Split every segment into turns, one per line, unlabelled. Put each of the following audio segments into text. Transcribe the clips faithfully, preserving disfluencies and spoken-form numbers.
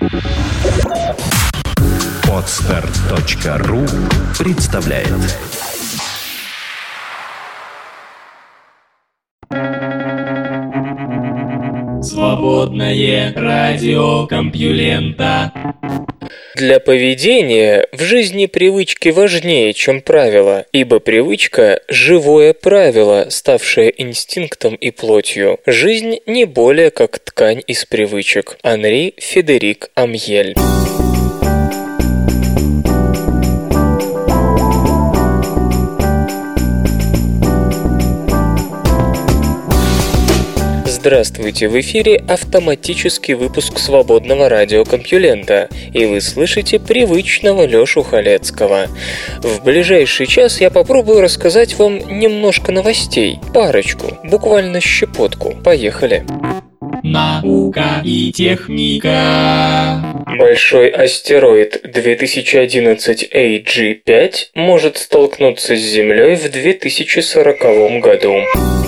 Подстер точка ру представляет.
Свободное радио Компьюлента.
Для поведения в жизни привычки важнее, чем правила, ибо привычка – живое правило, ставшее инстинктом и плотью. Жизнь не более как ткань из привычек. Анри Федерик Амьель. Здравствуйте, в эфире автоматический выпуск свободного радиокомпьюлента, и вы слышите привычного Лёшу Халецкого. В ближайший час я попробую рассказать вам немножко новостей, парочку, буквально щепотку. Поехали!
Наука и техника.
Большой астероид две тысячи одиннадцать эй джи пять может столкнуться с Землей в две тысячи сороковом году.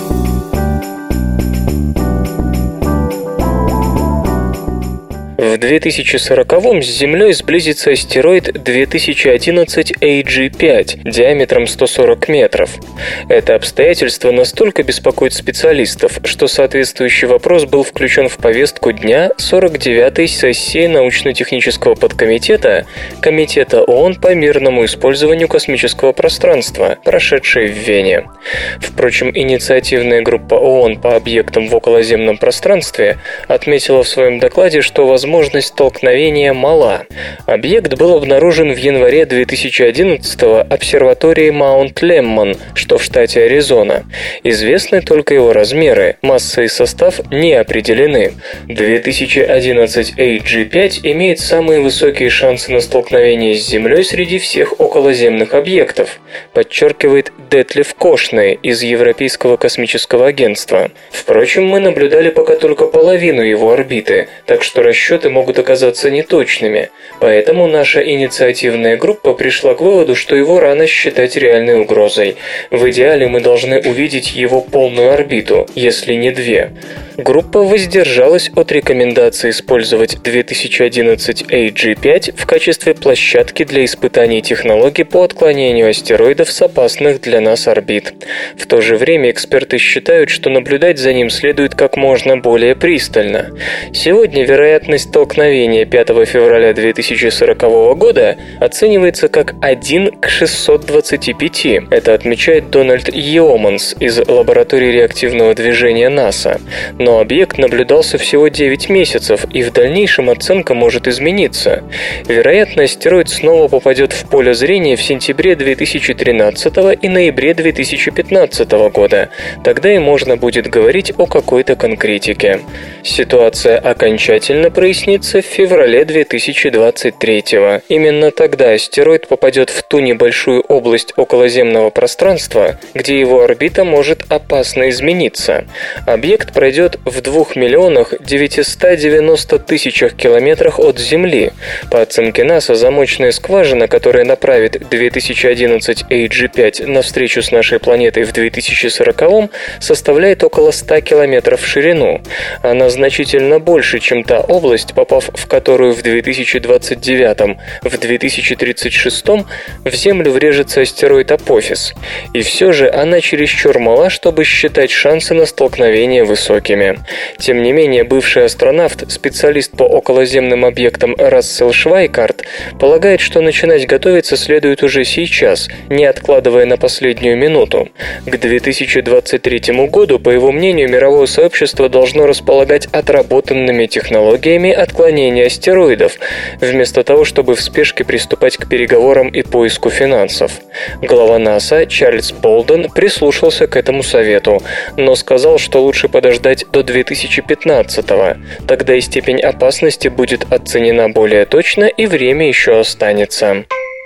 В две тысячи сороковом с Землей сблизится астероид две тысячи одиннадцать эй джи пять диаметром сто сорок метров. Это обстоятельство настолько беспокоит специалистов, что соответствующий вопрос был включен в повестку дня сорок девятой сессии научно-технического подкомитета Комитета ООН по мирному использованию космического пространства, прошедшей в Вене. Впрочем, инициативная группа ООН по объектам в околоземном пространстве отметила в своем докладе, что возможно Возможность столкновения мала. Объект был обнаружен в январе две тысячи одиннадцатого обсерваторией Маунт Леммон, что в штате Аризона. Известны только его размеры, масса и состав не определены. две тысячи одиннадцать эй джи пять имеет самые высокие шансы на столкновение с Землей среди всех околоземных объектов, подчеркивает Детлеф Кошне из Европейского космического агентства. Впрочем, мы наблюдали пока только половину его орбиты, так что расчеты могут оказаться неточными, поэтому наша инициативная группа пришла к выводу, что его рано считать реальной угрозой. В идеале мы должны увидеть его полную орбиту, если не две. Группа воздержалась от рекомендации использовать две тысячи одиннадцать эй джи пять в качестве площадки для испытаний технологий по отклонению астероидов с опасных для нас орбит. В то же время эксперты считают, что наблюдать за ним следует как можно более пристально. Сегодня вероятность столкновения пятого февраля две тысячи сорокового года оценивается как один к шестисот двадцати пяти. Это отмечает Дональд Йоманс из лаборатории реактивного движения НАСА. Но объект наблюдался всего девять месяцев, и в дальнейшем оценка может измениться. Вероятно, астероид снова попадет в поле зрения в сентябре две тысячи тринадцатого и ноябре две тысячи пятнадцатого года. Тогда и можно будет говорить о какой-то конкретике. Ситуация окончательно прояснится в феврале две тысячи двадцать третьего. Именно тогда астероид попадет в ту небольшую область околоземного пространства, где его орбита может опасно измениться. Объект пройдет в двух миллионах девятистах девяноста тысячах километрах от Земли. По оценке НАСА, замочная скважина, которая направит две тысячи одиннадцать эй джи пять на встречу с нашей планетой в две тысячи сороковом, составляет около ста километров в ширину. Она значительно больше, чем та область, попав в которую в две тысячи двадцать девятом, в две тысячи тридцать шестом в Землю врежется астероид Апофис. И все же она чересчур мала, чтобы считать шансы на столкновение высокими. Тем не менее, бывший астронавт, специалист по околоземным объектам Рассел Швайкарт, полагает, что начинать готовиться следует уже сейчас, не откладывая на последнюю минуту. К две тысячи двадцать третьему году, по его мнению, мировое сообщество должно располагать отработанными технологиями отклонения астероидов, вместо того, чтобы в спешке приступать к переговорам и поиску финансов. Глава НАСА Чарльз Болден прислушался к этому совету, но сказал, что лучше подождать до две тысячи пятнадцатого. Тогда и степень опасности будет оценена более точно, и время еще останется.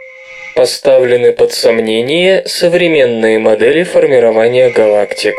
Поставлены под сомнение современные модели формирования галактик.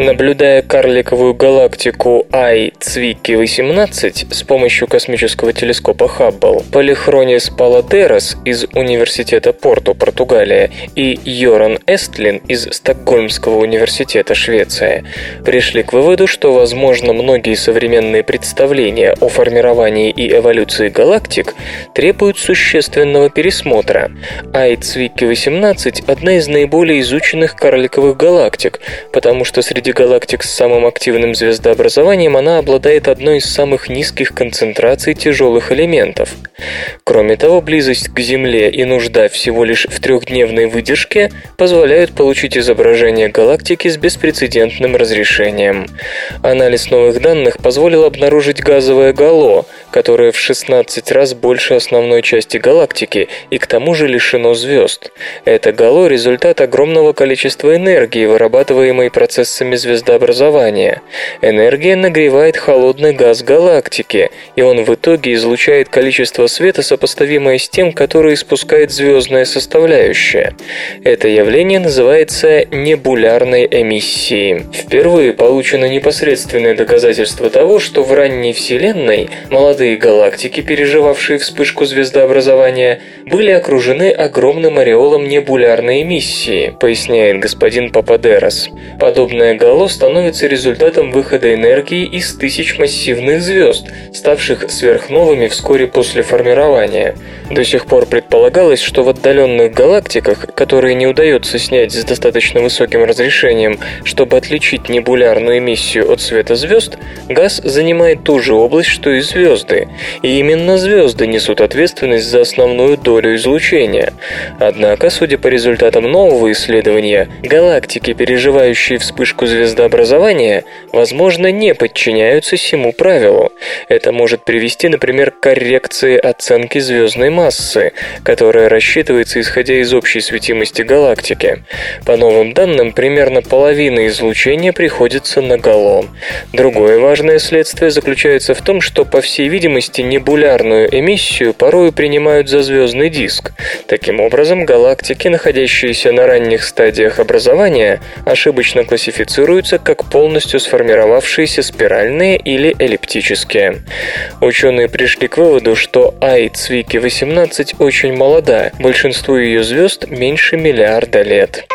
Наблюдая карликовую галактику I Цвикки восемнадцать с помощью космического телескопа Хаббл, Полихронис Паладерас из Университета Порту, Португалия, и Йоран Эстлин из Стокгольмского университета, Швеция, пришли к выводу, что, возможно, многие современные представления о формировании и эволюции галактик требуют существенного пересмотра. I Цвикки восемнадцать – одна из наиболее изученных карликовых галактик, потому что среди галактик с самым активным звездообразованием она обладает одной из самых низких концентраций тяжелых элементов. Кроме того, близость к Земле и нужда всего лишь в трехдневной выдержке позволяют получить изображение галактики с беспрецедентным разрешением. Анализ новых данных позволил обнаружить газовое гало, которое в шестнадцать раз больше основной части галактики и к тому же лишено звезд. Это гало – результат огромного количества энергии, вырабатываемой процессами звездообразования. Энергия нагревает холодный газ галактики, и он в итоге излучает количество света, сопоставимое с тем, которое испускает звездная составляющая. Это явление называется небулярной эмиссией. Впервые получено непосредственное доказательство того, что в ранней Вселенной молодые галактики, переживавшие вспышку звездообразования, были окружены огромным ореолом небулярной эмиссии, поясняет господин Пападерас. Подобное гало становится результатом выхода энергии из тысяч массивных звезд, ставших сверхновыми вскоре после формирования. До сих пор предполагалось, что в отдаленных галактиках, которые не удается снять с достаточно высоким разрешением, чтобы отличить небулярную эмиссию от света звезд, газ занимает ту же область, что и звезды, и именно звезды несут ответственность за основную долю излучения. Однако, судя по результатам нового исследования, галактики, переживающие вспышку звездообразования, возможно, не подчиняются сему правилу. Это может привести, например, к коррекции оценки звездной массы, которая рассчитывается исходя из общей светимости галактики. По новым данным, примерно половина излучения приходится на гало. Другое важное следствие заключается в том, что, по всей видимости, небулярную эмиссию порою принимают за звездный диск. Таким образом, галактики, находящиеся на ранних стадиях образования, ошибочно классифицируются как полностью сформировавшиеся спиральные или эллиптические. Ученые пришли к выводу, что I Цвикки восемнадцать очень молода, большинству ее звезд меньше миллиарда лет.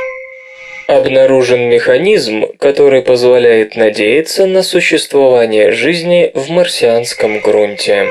Обнаружен механизм, который позволяет надеяться на существование жизни в марсианском грунте.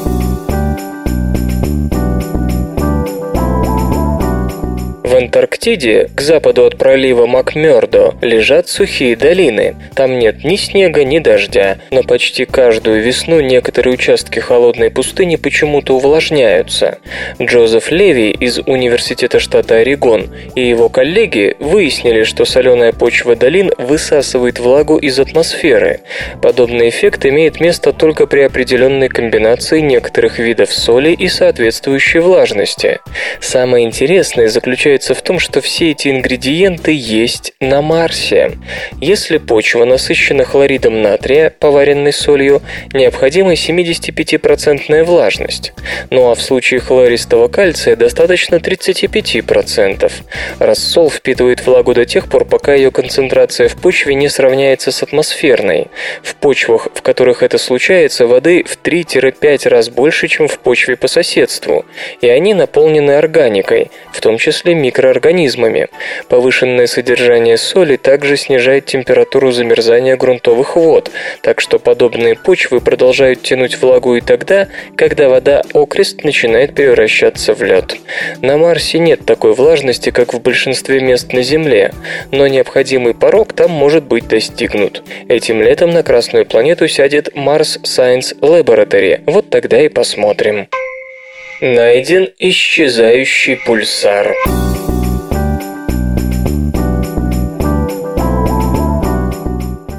В Антарктиде, к западу от пролива Макмёрдо, лежат сухие долины. Там нет ни снега, ни дождя, но почти каждую весну некоторые участки холодной пустыни почему-то увлажняются. Джозеф Леви из Университета штата Орегон и его коллеги выяснили, что соленая почва долин высасывает влагу из атмосферы. Подобный эффект имеет место только при определенной комбинации некоторых видов соли и соответствующей влажности. Самое интересное заключается в том, что все эти ингредиенты есть на Марсе. Если почва насыщена хлоридом натрия, поваренной солью, необходима семидесятипятипроцентная влажность. Ну а в случае хлористого кальция достаточно тридцать пять процентов. Рассол впитывает влагу до тех пор, пока ее концентрация в почве не сравняется с атмосферной. В почвах, в которых это случается, воды в три-пять раз больше, чем в почве по соседству, и они наполнены органикой, в том числе микроорганизмами. Повышенное содержание соли также снижает температуру замерзания грунтовых вод, так что подобные почвы продолжают тянуть влагу и тогда, когда вода окрест начинает превращаться в лед. На Марсе нет такой влажности, как в большинстве мест на Земле, но необходимый порог там может быть достигнут. Этим летом на Красную планету сядет Mars Science Laboratory. Вот тогда и посмотрим. Найден исчезающий пульсар.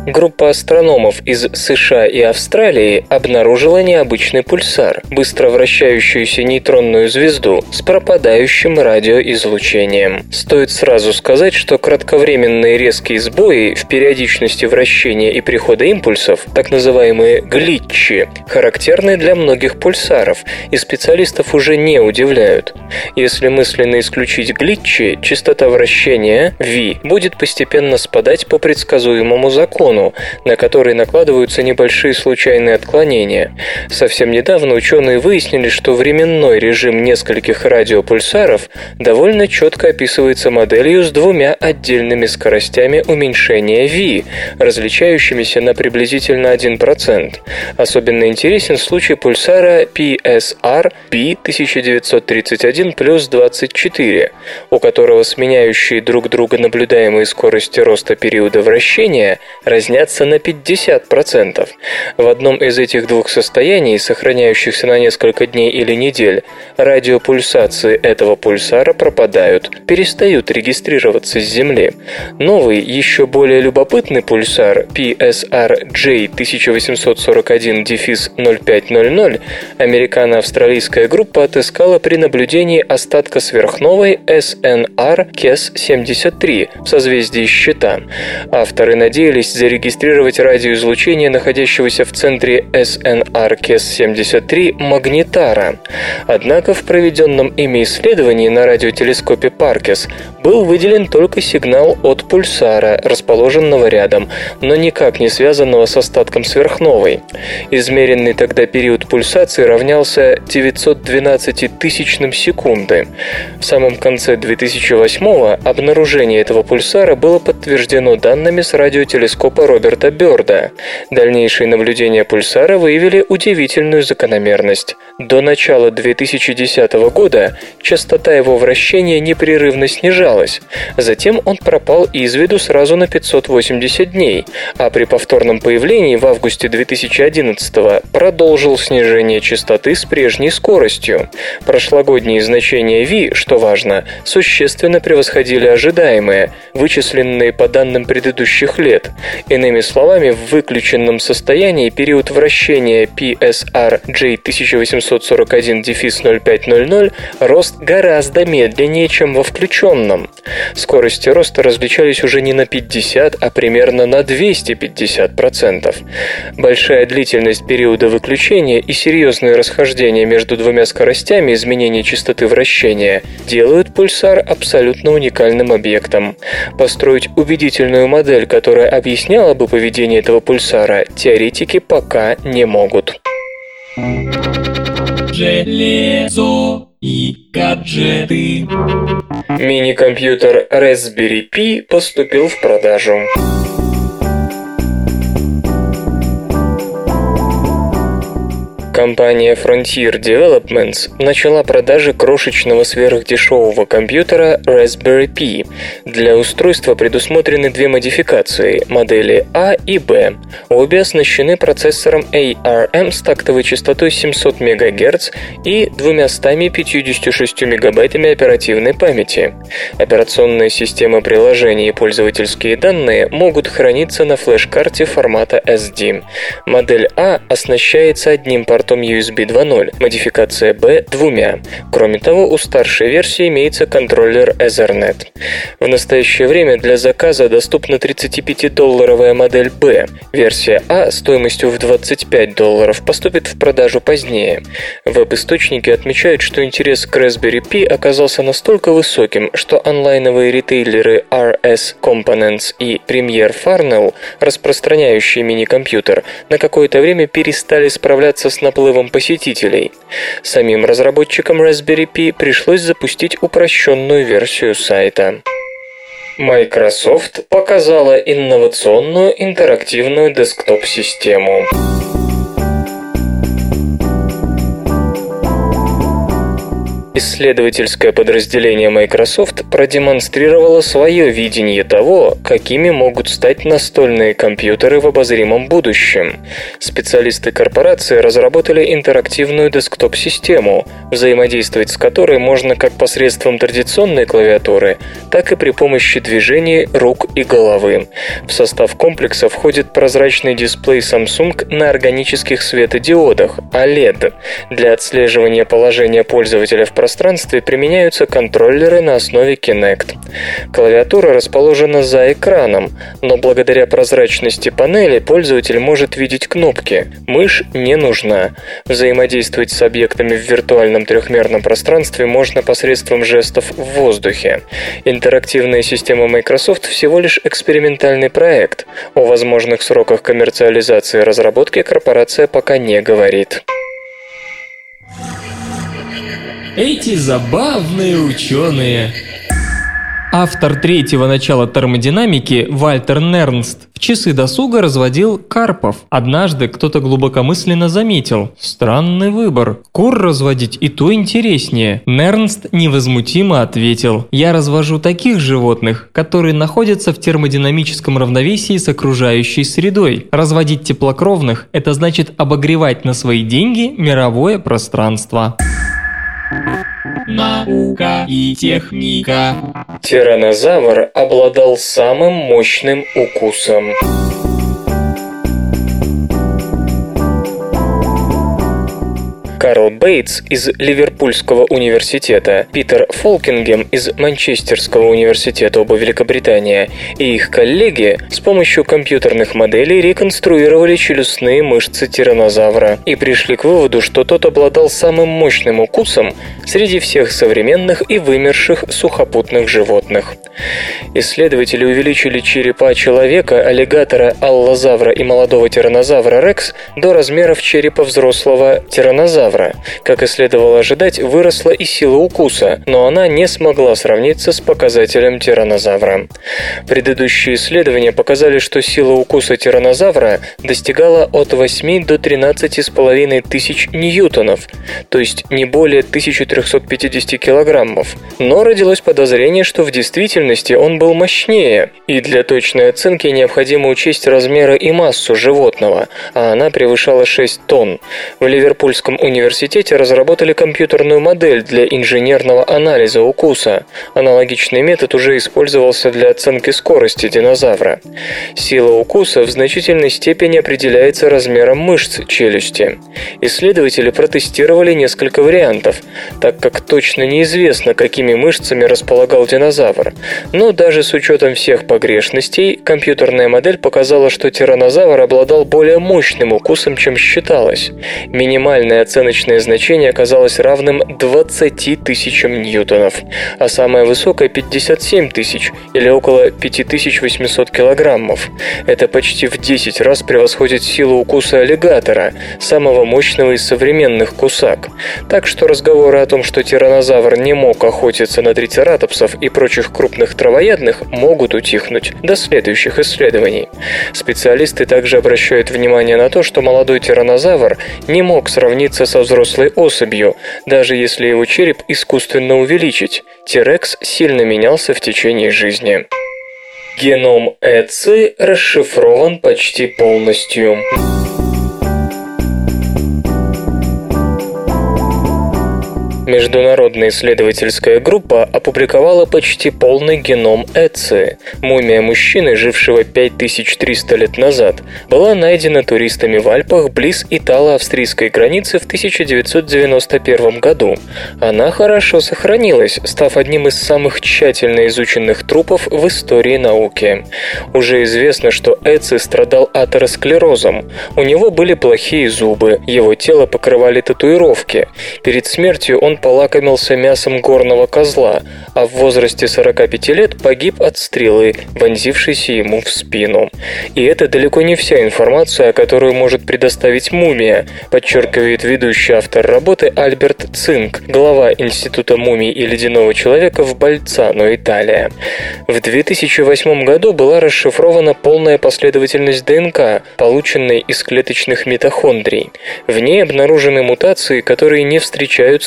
Группа астрономов из США и Австралии обнаружила необычный пульсар, быстро вращающуюся нейтронную звезду с пропадающим радиоизлучением. Стоит сразу сказать, что кратковременные резкие сбои в периодичности вращения и прихода импульсов, так называемые глитчи, характерны для многих пульсаров, и специалистов уже не удивляют. Если мысленно исключить глитчи, частота вращения V будет постепенно спадать по предсказуемому закону, на который накладываются небольшие случайные отклонения. Совсем недавно ученые выяснили, что временной режим нескольких радиопульсаров довольно четко описывается моделью с двумя отдельными скоростями уменьшения V, различающимися на приблизительно один процент. Особенно интересен случай пульсара пи эс ар би тысяча девятьсот тридцать один плюс двадцать четыре, у которого сменяющие друг друга наблюдаемые скорости роста периода вращения разнятся на пятьдесят процентов. В одном из этих двух состояний, сохраняющихся на несколько дней или недель, радиопульсации этого пульсара пропадают, перестают регистрироваться с Земли. Новый, еще более любопытный пульсар пи эс ар джей тысяча восемьсот сорок один ноль пять ноль ноль американо-австралийская группа отыскала при наблюдении остатка сверхновой эс эн ар кес семьдесят три в созвездии Щита. Авторы надеялись зарегистрировать радиоизлучение находящегося в центре эс эн ар кес семьдесят три магнитара. Однако в проведенном ими исследовании на радиотелескопе Паркес был выделен только сигнал от пульсара, расположенного рядом, но никак не связанного с остатком сверхновой. Измеренный тогда период пульсации равнялся девятьсот двенадцать тысячным секунды. В самом конце две тысячи восьмого обнаружение этого пульсара было подтверждено данными с радиотелескопа Роберта Бёрда. Дальнейшие наблюдения пульсара выявили удивительную закономерность. До начала две тысячи десятого года частота его вращения непрерывно снижалась. Затем он пропал из виду сразу на пятьсот восемьдесят дней, а при повторном появлении в августе две тысячи одиннадцатого продолжил снижение частоты с прежней скоростью. Прошлогодние значения V, что важно, существенно превосходили ожидаемые, вычисленные по данным предыдущих лет. Иными словами, в выключенном состоянии период вращения пи эс ар джей тысяча восемьсот сорок один ноль пять ноль ноль рос гораздо медленнее, чем во включенном. Скорости роста различались уже не на пятьдесят, а примерно на двести пятьдесят процентов. Большая длительность периода выключения и серьезные расхождения между двумя скоростями изменения частоты вращения делают пульсар абсолютно уникальным объектом. Построить убедительную модель, которая объясняла бы поведение этого пульсара, теоретики пока не могут.
Железо и гаджеты.
Мини-компьютер Raspberry Pi поступил в продажу. Компания Frontier Developments начала продажи крошечного сверхдешевого компьютера Raspberry Pi. Для устройства предусмотрены две модификации – модели А и Б. Обе оснащены процессором эй ар эм с тактовой частотой семьсот мегагерц и двумястами пятьюдесятью шестью мегабайтами оперативной памяти. Операционная система приложений и пользовательские данные могут храниться на флеш-карте формата эс ди. Модель А оснащается одним портом ю эс би два ноль, модификация Б – двумя. Кроме того, у старшей версии имеется контроллер Ethernet. В настоящее время для заказа доступна тридцатипятидолларовая модель Б. Версия А стоимостью в двадцать пять долларов поступит в продажу позднее. Веб-источники отмечают, что интерес к Raspberry Pi оказался настолько высоким, что онлайновые ритейлеры ар эс Components и Premier Farnell, распространяющие мини-компьютер, на какое-то время перестали справляться с наплывом посетителей. Самим разработчикам Raspberry Pi пришлось запустить упрощенную версию сайта. Microsoft показала инновационную интерактивную десктоп-систему. Исследовательское подразделение Microsoft продемонстрировало свое видение того, какими могут стать настольные компьютеры в обозримом будущем. Специалисты корпорации разработали интерактивную десктоп-систему, взаимодействовать с которой можно как посредством традиционной клавиатуры, так и при помощи движений рук и головы. В состав комплекса входит прозрачный дисплей Samsung на органических светодиодах о эл и ди. Для отслеживания положения пользователя в пространстве применяются контроллеры на основе Kinect. Клавиатура расположена за экраном, но благодаря прозрачности панели пользователь может видеть кнопки. Мышь не нужна. Взаимодействовать с объектами в виртуальном трехмерном пространстве можно посредством жестов в воздухе. Интерактивная система Microsoft всего лишь экспериментальный проект. О возможных сроках коммерциализации разработки корпорация пока не говорит.
Эти забавные ученые. Автор третьего начала термодинамики Вальтер Нернст в часы досуга разводил карпов. Однажды кто-то глубокомысленно заметил: странный выбор. Кур разводить и то интереснее. Нернст невозмутимо ответил: я развожу таких животных, которые находятся в термодинамическом равновесии с окружающей средой. Разводить теплокровных – это значит обогревать на свои деньги мировое пространство. Наука и техника.
Тираннозавр обладал самым мощным укусом. Карл Бейтс из Ливерпульского университета, Питер Фолкингем из Манчестерского университета, оба Великобритания, и их коллеги с помощью компьютерных моделей реконструировали челюстные мышцы тираннозавра и пришли к выводу, что тот обладал самым мощным укусом среди всех современных и вымерших сухопутных животных. Исследователи увеличили черепа человека, аллигатора, аллозавра и молодого тираннозавра Рекс до размеров черепа взрослого тираннозавра. Как и следовало ожидать, выросла и сила укуса, но она не смогла сравниться с показателем тираннозавра. Предыдущие исследования показали, что сила укуса тираннозавра достигала от восьми до тринадцати с половиной тысяч ньютонов, то есть не более тысяча триста пятьдесят килограммов. Но родилось подозрение, что в действительности он был мощнее, и для точной оценки необходимо учесть размеры и массу животного, а она превышала шесть тонн. В Ливерпульском университете университете разработали компьютерную модель для инженерного анализа укуса. Аналогичный метод уже использовался для оценки скорости динозавра. Сила укуса в значительной степени определяется размером мышц челюсти. Исследователи протестировали несколько вариантов, так как точно неизвестно, какими мышцами располагал динозавр. Но даже с учетом всех погрешностей, компьютерная модель показала, что тираннозавр обладал более мощным укусом, чем считалось. Минимальная оценочное значение оказалось равным двадцати тысячам ньютонов, а самое высокое – пятьдесят семь тысяч, или около пять тысяч восемьсот килограммов. Это почти в десять раз превосходит силу укуса аллигатора, самого мощного из современных кусак. Так что разговоры о том, что тираннозавр не мог охотиться на трицератопсов и прочих крупных травоядных, могут утихнуть до следующих исследований. Специалисты также обращают внимание на то, что молодой тираннозавр не мог сравниться со взрослой особью, даже если его череп искусственно увеличить. T-Rex сильно менялся в течение жизни. Геном Эци расшифрован почти полностью. Международная исследовательская группа опубликовала почти полный геном Эци. Мумия мужчины, жившего пять тысяч триста лет назад, была найдена туристами в Альпах близ итало-австрийской границы в тысяча девятьсот девяносто первом году. Она хорошо сохранилась, став одним из самых тщательно изученных трупов в истории науки. Уже известно, что Эци страдал атеросклерозом. У него были плохие зубы, его тело покрывали татуировки. Перед смертью он полакомился мясом горного козла, а в возрасте сорока пяти лет погиб от стрелы, вонзившейся ему в спину. И это далеко не вся информация, которую может предоставить мумия, подчеркивает ведущий автор работы Альберт Цинк, глава Института мумий и ледяного человека в Больцано, Италия. В две тысячи восьмом году была расшифрована полная последовательность ДНК, полученной из клеточных митохондрий. В ней обнаружены мутации, которые не встречаются в современном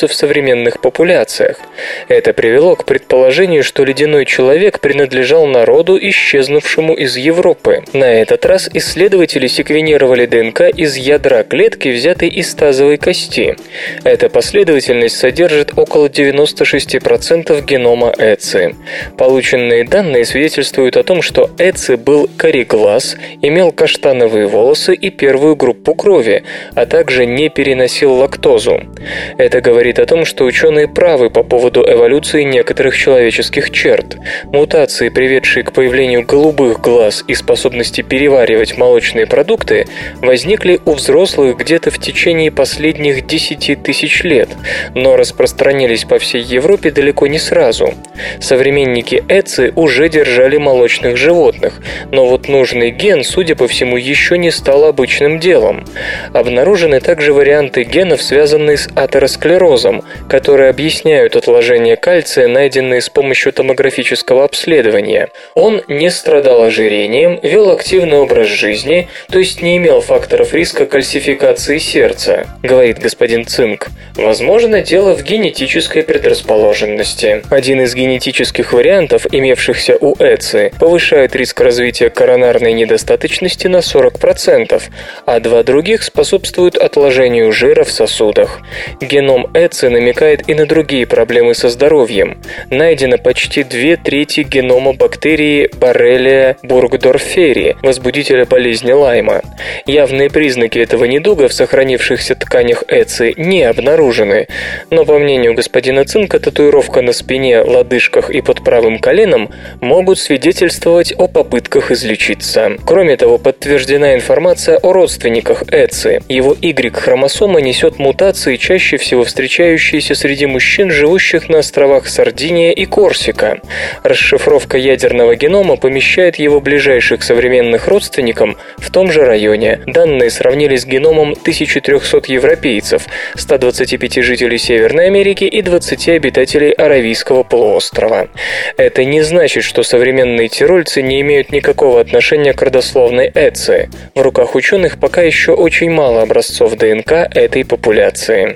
современных популяциях. Это привело к предположению, что ледяной человек принадлежал народу, исчезнувшему из Европы. На этот раз исследователи секвенировали ДНК из ядра клетки, взятой из тазовой кости. Эта последовательность содержит около девяносто шесть процентов генома Эци. Полученные данные свидетельствуют о том, что Эци был кореглаз, имел каштановые волосы и первую группу крови, а также не переносил лактозу. Это говорит о том, что ученые правы по поводу эволюции некоторых человеческих черт. Мутации, приведшие к появлению голубых глаз и способности переваривать молочные продукты, возникли у взрослых где-то в течение последних десяти тысяч лет, но распространились по всей Европе далеко не сразу. Современники Эци уже держали молочных животных, но вот нужный ген, судя по всему, еще не стал обычным делом. Обнаружены также варианты генов, связанные с атеросклерозом, которые объясняют отложения кальция, найденные с помощью томографического обследования. Он не страдал ожирением, вел активный образ жизни, то есть не имел факторов риска кальцификации сердца, говорит господин Цинк. Возможно, дело в генетической предрасположенности. Один из генетических вариантов, имевшихся у Эци, повышает риск развития коронарной недостаточности на сорок процентов, а два других способствуют отложению жира в сосудах. Геном Эци намекает и на другие проблемы со здоровьем. Найдено почти две трети генома бактерии Borrelia burgdorferi, возбудителя болезни Лайма. Явные признаки этого недуга в сохранившихся тканях Эци не обнаружены, но, по мнению господина Цинка, татуировка на спине, лодыжках и под правым коленом могут свидетельствовать о попытках излечиться. Кроме того, подтверждена информация о родственниках Эци. Его Y-хромосома несет мутации, чаще всего встречающиеся среди мужчин, живущих на островах Сардиния и Корсика. Расшифровка ядерного генома помещает его ближайших современных родственникам в том же районе. Данные сравнили с геномом тысячи трёхсот европейцев, ста двадцати пяти жителей Северной Америки и двадцати обитателей Аравийского полуострова. Это не значит, что современные тирольцы не имеют никакого отношения к родословной Эци. В руках ученых пока еще очень мало образцов ДНК этой популяции.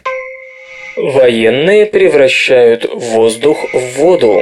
Военные превращают воздух в воду.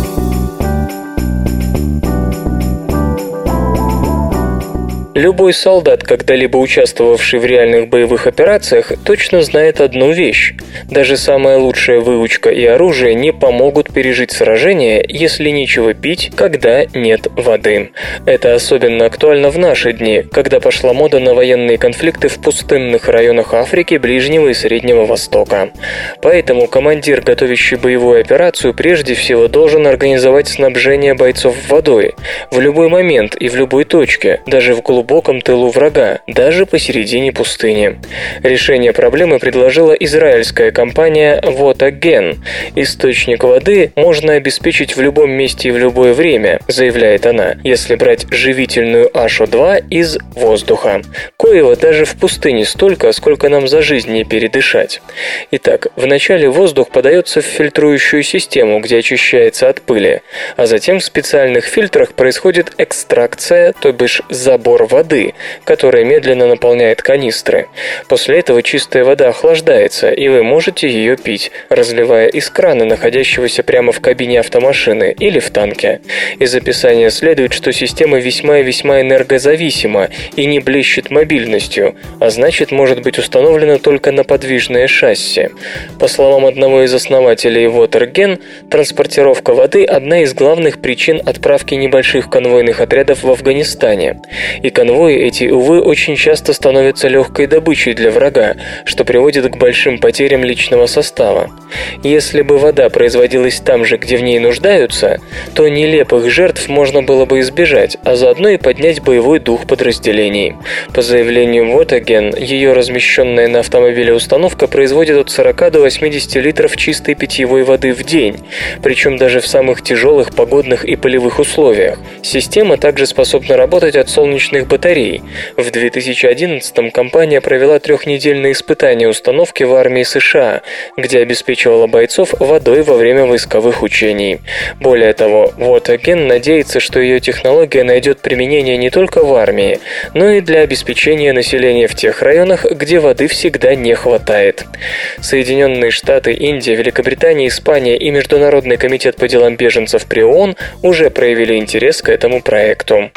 Любой солдат, когда-либо участвовавший в реальных боевых операциях, точно знает одну вещь. Даже самая лучшая выучка и оружие не помогут пережить сражение, если нечего пить, когда нет воды. Это особенно актуально в наши дни, когда пошла мода на военные конфликты в пустынных районах Африки, Ближнего и Среднего Востока. Поэтому командир, готовящий боевую операцию, прежде всего должен организовать снабжение бойцов водой. В любой момент и в любой точке, даже в глубоком В глубоком тылу врага, даже посередине пустыни. Решение проблемы предложила израильская компания Watergen. Источник воды можно обеспечить в любом месте и в любое время, заявляет она, если брать живительную эйч о два из воздуха. Коего даже в пустыне столько, сколько нам за жизнь не передышать. Итак, вначале воздух подается в фильтрующую систему, где очищается от пыли, а затем в специальных фильтрах происходит экстракция, то бишь забор воды. воды, которая медленно наполняет канистры. После этого чистая вода охлаждается, и вы можете ее пить, разливая из крана, находящегося прямо в кабине автомашины или в танке. Из описания следует, что система весьма и весьма энергозависима и не блещет мобильностью, а значит может быть установлена только на подвижное шасси. По словам одного из основателей Watergen, транспортировка воды – одна из главных причин отправки небольших конвойных отрядов в Афганистане. И конвои эти, увы, очень часто становятся легкой добычей для врага, что приводит к большим потерям личного состава. Если бы вода производилась там же, где в ней нуждаются, то нелепых жертв можно было бы избежать, а заодно и поднять боевой дух подразделений. По заявлению Watergen, ее размещенная на автомобиле установка производит от сорока до восьмидесяти литров чистой питьевой воды в день, причем даже в самых тяжелых погодных и полевых условиях. Система также способна работать от солнечных литий-ионных батарей. В две тысячи одиннадцатом компания провела трехнедельные испытания установки в армии США, где обеспечивала бойцов водой во время войсковых учений. Более того, Watergen надеется, что ее технология найдет применение не только в армии, но и для обеспечения населения в тех районах, где воды всегда не хватает. Соединенные Штаты, Индия, Великобритания, Испания и Международный комитет по делам беженцев при ООН уже проявили интерес к этому проекту.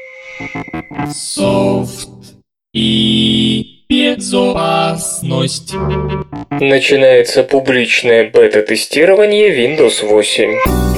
Софт и безопасность.
Начинается публичное бета-тестирование Windows восемь.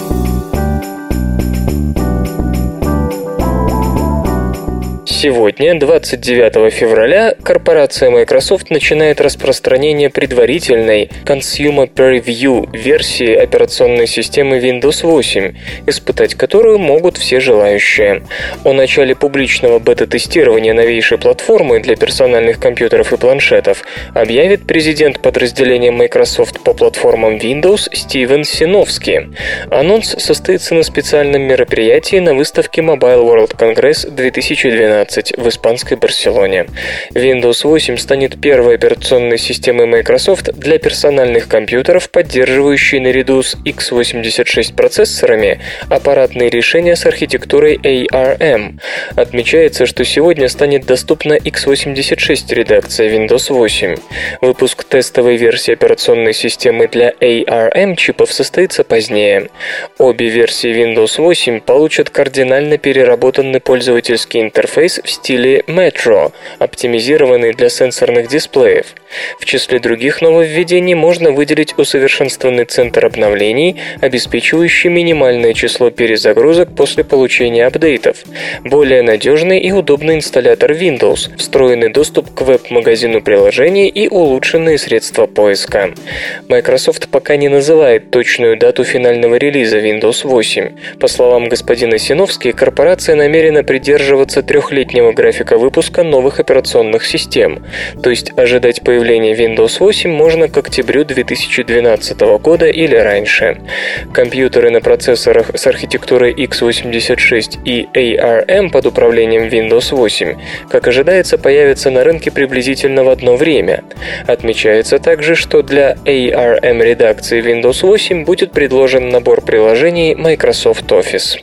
Сегодня, двадцать девятого февраля, корпорация Microsoft начинает распространение предварительной Consumer Preview версии операционной системы Windows восемь, испытать которую могут все желающие. О начале публичного бета-тестирования новейшей платформы для персональных компьютеров и планшетов объявит президент подразделения Microsoft по платформам Windows Стивен Синовский. Анонс состоится на специальном мероприятии на выставке Mobile World Congress две тысячи двенадцать в испанской Барселоне. Windows восемь станет первой операционной системой Microsoft для персональных компьютеров, поддерживающей наряду с икс восемьдесят шесть процессорами аппаратные решения с архитектурой эй ар эм. Отмечается, что сегодня станет доступна икс восемьдесят шесть редакция Windows восемь. Выпуск тестовой версии операционной системы для эй ар эм чипов состоится позднее. Обе версии Windows восемь получат кардинально переработанный пользовательский интерфейс в стиле Metro, оптимизированный для сенсорных дисплеев. В числе других нововведений можно выделить усовершенствованный центр обновлений, обеспечивающий минимальное число перезагрузок после получения апдейтов, более надежный и удобный инсталлятор Windows, встроенный доступ к веб-магазину приложений и улучшенные средства поиска. Microsoft пока не называет точную дату финального релиза Windows восемь. По словам господина Синовски, корпорация намерена придерживаться трехлетнего графика выпуска новых операционных систем, то есть ожидать появления Windows восемь можно к октябрю две тысячи двенадцатого года или раньше. Компьютеры на процессорах с архитектурой икс восемьдесят шесть и эй ар эм под управлением Windows восемь, как ожидается, появятся на рынке приблизительно в одно время. Отмечается также, что для эй ар эм редакции Windows восемь будет предложен набор приложений Microsoft Office.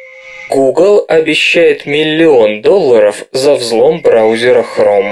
Google обещает миллион долларов за взлом браузера Chrome.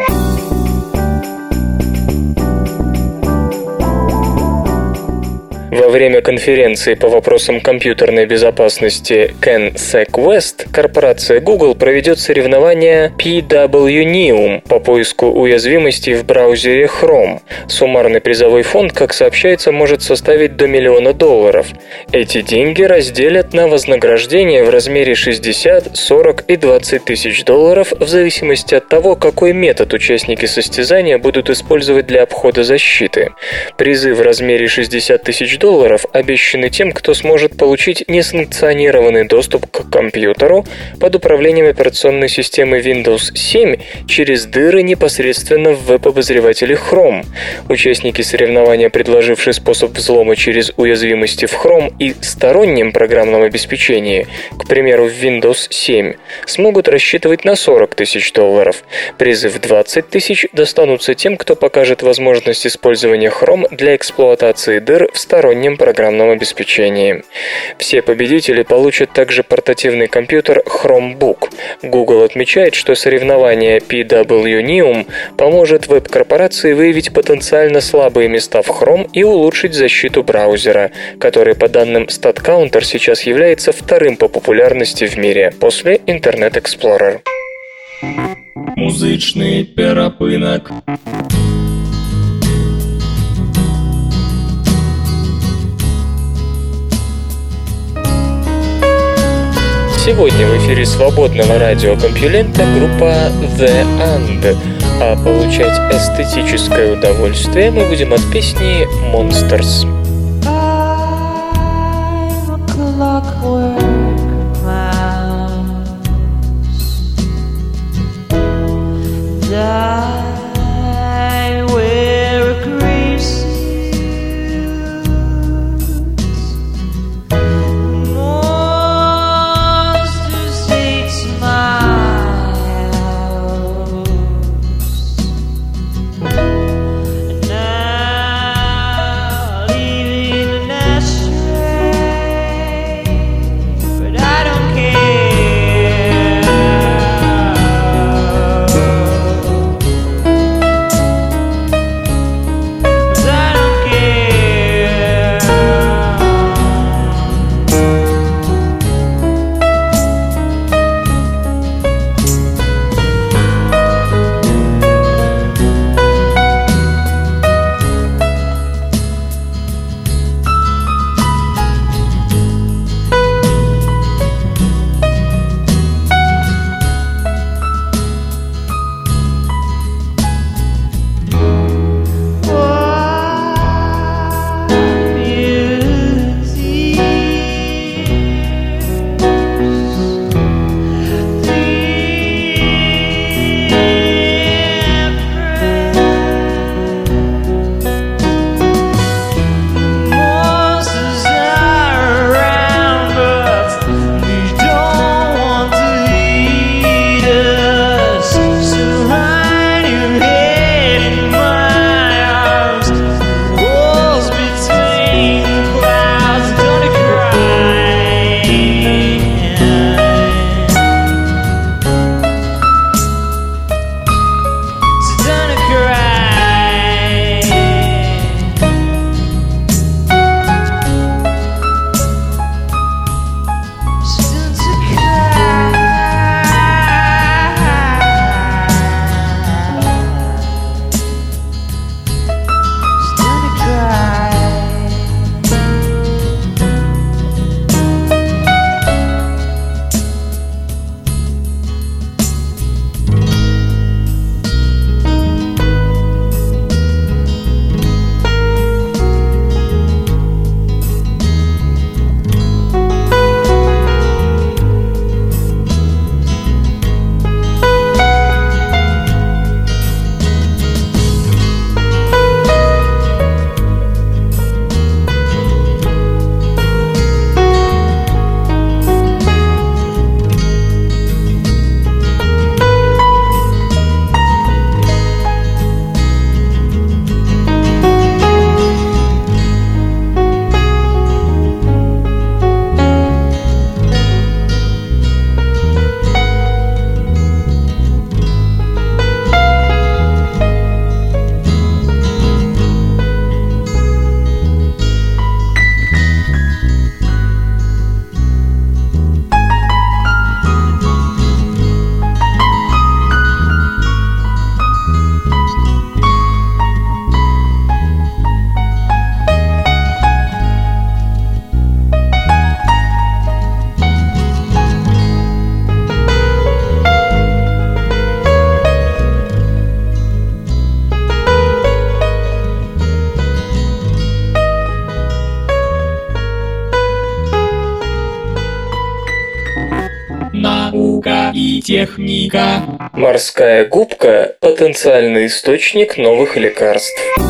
Во время конференции по вопросам компьютерной безопасности CanSec West корпорация Google проведет соревнование пи дабл ю Neum по поиску уязвимостей в браузере Chrome. Суммарный призовой фонд, как сообщается, может составить до миллиона долларов. Эти деньги разделят на вознаграждение в размере шестьдесят, сорок и двадцать тысяч долларов в зависимости от того, какой метод участники состязания будут использовать для обхода защиты. Призы в размере шестьдесят тысяч долларов долларов обещаны тем, кто сможет получить несанкционированный доступ к компьютеру под управлением операционной системы Windows семь через дыры непосредственно в веб-обозревателе Chrome. Участники соревнования, предложившие способ взлома через уязвимости в Chrome и стороннем программном обеспечении, к примеру, в Windows семь, смогут рассчитывать на сорок тысяч долларов. Призы в двадцать тысяч достанутся тем, кто покажет возможность использования Chrome для эксплуатации дыр в стороннем программном обеспечении. Все победители получат также портативный компьютер Chromebook. Google отмечает, что соревнование пи дабл ю Neum поможет веб-корпорации выявить потенциально слабые места в Chrome и улучшить защиту браузера, который, по данным StatCounter, сейчас является вторым по популярности в мире после Internet Explorer.
Музычный перапынок.
Сегодня в эфире свободного радиокомпьюлента группа The And, а получать эстетическое удовольствие мы будем от песни Monsters.
и техника.
Морская губка – потенциальный источник новых лекарств.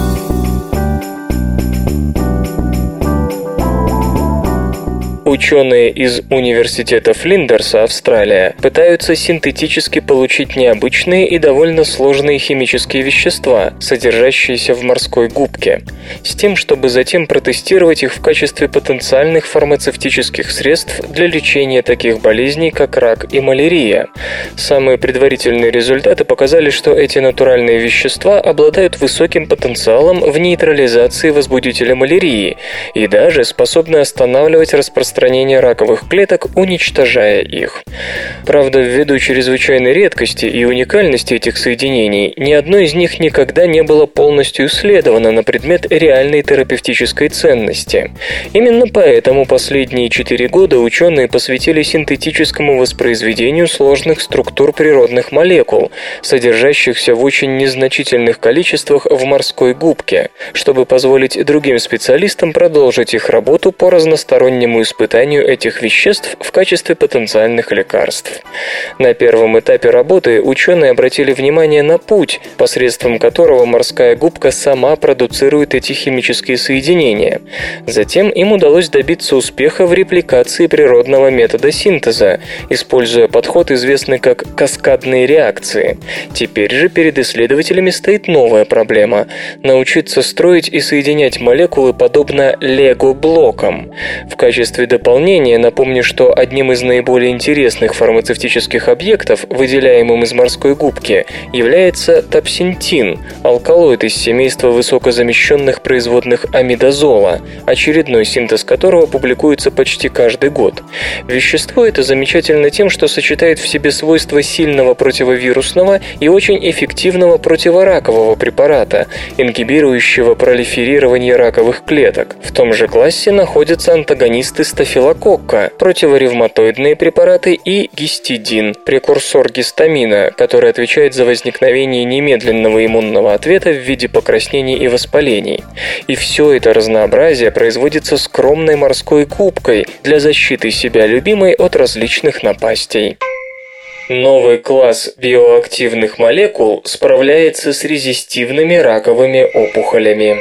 Ученые из университета Флиндерса, Австралия, пытаются синтетически получить необычные и довольно сложные химические вещества, содержащиеся в морской губке, с тем, чтобы затем протестировать их в качестве потенциальных фармацевтических средств для лечения таких болезней, как рак и малярия. Самые предварительные результаты показали, что эти натуральные вещества обладают высоким потенциалом в нейтрализации возбудителя малярии и даже способны останавливать распространение распространения раковых клеток, уничтожая их. Правда, ввиду чрезвычайной редкости и уникальности этих соединений, ни одно из них никогда не было полностью исследовано на предмет реальной терапевтической ценности. Именно поэтому последние четыре года ученые посвятили синтетическому воспроизведению сложных структур природных молекул, содержащихся в очень незначительных количествах в морской губке, чтобы позволить другим специалистам продолжить их работу по разностороннему испытанию этих веществ в качестве потенциальных лекарств. На первом этапе работы ученые обратили внимание на путь, посредством которого морская губка сама продуцирует эти химические соединения. Затем им удалось добиться успеха в репликации природного метода синтеза, используя подход, известный как каскадные реакции. Теперь же перед исследователями стоит новая проблема – научиться строить и соединять молекулы подобно лего-блокам. В качестве дополнения напомню, что одним из наиболее интересных фармацевтических объектов, выделяемым из морской губки, является топсинтин, алкалоид из семейства высокозамещенных производных амидазола, очередной синтез которого публикуется почти каждый год. Вещество это замечательно тем, что сочетает в себе свойства сильного противовирусного и очень эффективного противоракового препарата, ингибирующего пролиферирование раковых клеток. В том же классе находятся антагонисты стафилококка, противоревматоидные препараты и гистидин, прекурсор гистамина, который отвечает за возникновение немедленного иммунного ответа в виде покраснений и воспалений. И все это разнообразие производится скромной морской губкой для защиты себя любимой от различных напастей. Новый класс биоактивных молекул справляется с резистивными раковыми опухолями.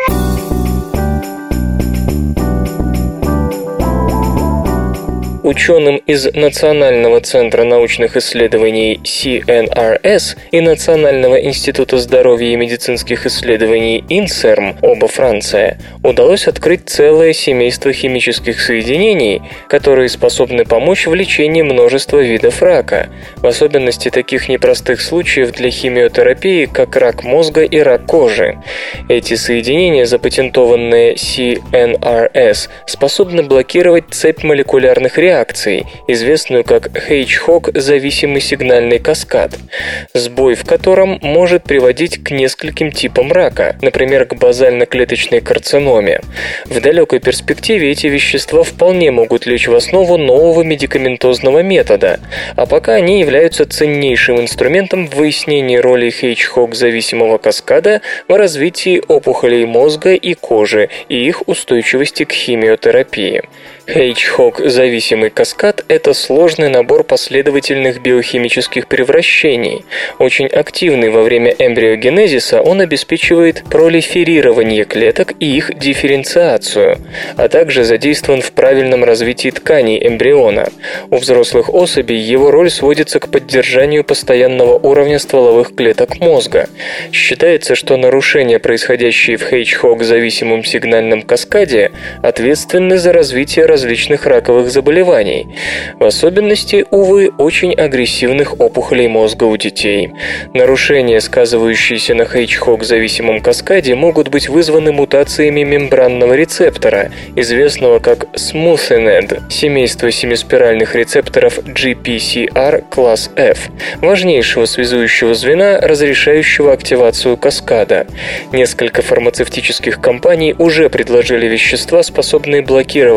Ученым из Национального центра научных исследований си эн ар эс и Национального института здоровья и медицинских исследований Инсерм, оба Франция, удалось открыть целое семейство химических соединений, которые способны помочь в лечении множества видов рака, в особенности таких непростых случаев для химиотерапии, как рак мозга и рак кожи. Эти соединения, запатентованные си эн ар эс, способны блокировать цепь молекулярных реакций, реакции, известную как Хейдж-Хок-зависимый сигнальный каскад, сбой в котором может приводить к нескольким типам рака, например, к базально-клеточной карциноме. В далекой перспективе эти вещества вполне могут лечь в основу нового медикаментозного метода, а пока они являются ценнейшим инструментом в выяснении роли Хейдж-Хок-зависимого каскада в развитии опухолей мозга и кожи и их устойчивости к химиотерапии. Хейдж-Хок-зависимый каскад – это сложный набор последовательных биохимических превращений. Очень активный во время эмбриогенезиса, он обеспечивает пролиферирование клеток и их дифференциацию, а также задействован в правильном развитии тканей эмбриона. У взрослых особей его роль сводится к поддержанию постоянного уровня стволовых клеток мозга. Считается, что нарушения, происходящие в Хейдж-Хок-зависимом сигнальном каскаде, ответственны за развитие различных раковых заболеваний, в особенности, увы, очень агрессивных опухолей мозга у детей. Нарушения, сказывающиеся на Хейдж-Хок-зависимом каскаде, могут быть вызваны мутациями мембранного рецептора, известного как Smoothened, семейство семиспиральных рецепторов джи пи си ар класс эф, важнейшего связующего звена, разрешающего активацию каскада. Несколько фармацевтических компаний уже предложили вещества, способные блокировать Smoothened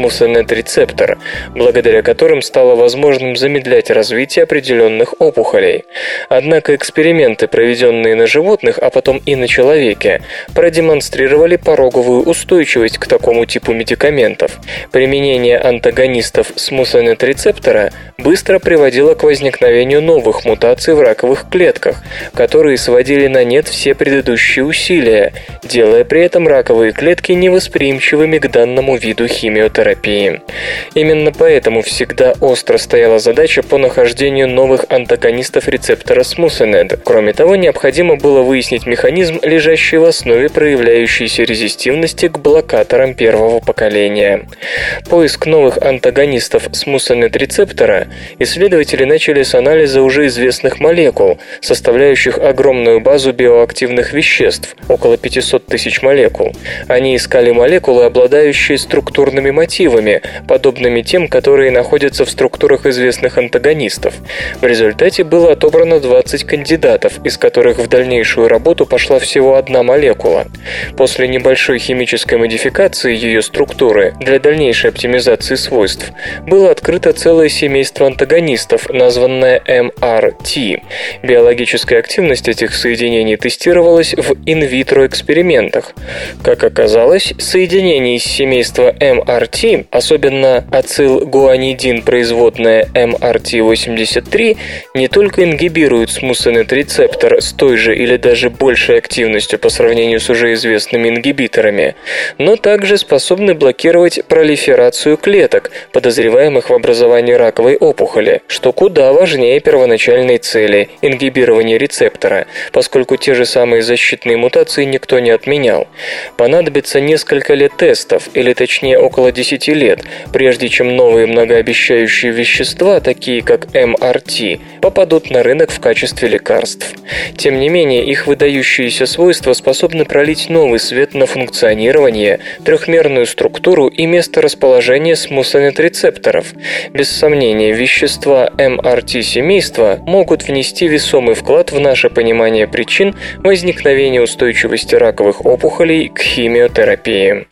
SmoothnetReceptor, благодаря которым стало возможным замедлять развитие определенных опухолей. Однако эксперименты, проведенные на животных, а потом и на человеке, продемонстрировали пороговую устойчивость к такому типу медикаментов. Применение антагонистов SmoothnetReceptor быстро приводило к возникновению новых мутаций в раковых клетках, которые сводили на нет все предыдущие усилия, делая при этом раковые клетки невосприимчивыми к данному виду химиотерапии. Именно поэтому всегда остро стояла задача по нахождению новых антагонистов рецептора SmoothNet. Кроме того, необходимо было выяснить механизм, лежащий в основе проявляющейся резистивности к блокаторам первого поколения. Поиск новых антагонистов SmoothNet-рецептора исследователи начали с анализа уже известных молекул, составляющих огромную базу биоактивных веществ, около пятьсот тысяч молекул. Они искали молекулы, обладающие структурными мотивами, подобными тем, которые находятся в структурах известных антагонистов. В результате было отобрано двадцать кандидатов, из которых в дальнейшую работу пошла всего одна молекула. После небольшой химической модификации ее структуры для дальнейшей оптимизации свойств было открыто целое семейство антагонистов, названное эм ар ти. Биологическая активность этих соединений тестировалась в инвитро экспериментах. Как оказалось, соединения из семейства эм ар ти, особенно ацилгуанидин производная эм ар ти восемьдесят три, не только ингибируют SmoothNet-рецептор с той же или даже большей активностью по сравнению с уже известными ингибиторами, но также способны блокировать пролиферацию клеток, подозреваемых в образовании раковой опухоли, что куда важнее первоначальной цели – ингибирования рецептора, поскольку те же самые защитные мутации никто не отменял. Понадобится несколько лет тестов, или точнее около десяти лет, прежде чем новые многообещающие вещества, такие как эм ар ти, попадут на рынок в качестве лекарств. Тем не менее, их выдающиеся свойства способны пролить новый свет на функционирование, трехмерную структуру и место расположения SmoothNet-рецепторов. Без сомнения, вещества эм ар ти-семейства могут внести весомый вклад в наше понимание причин возникновения устойчивости раковых опухолей к химиотерапии.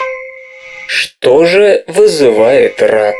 Что же вызывает рак?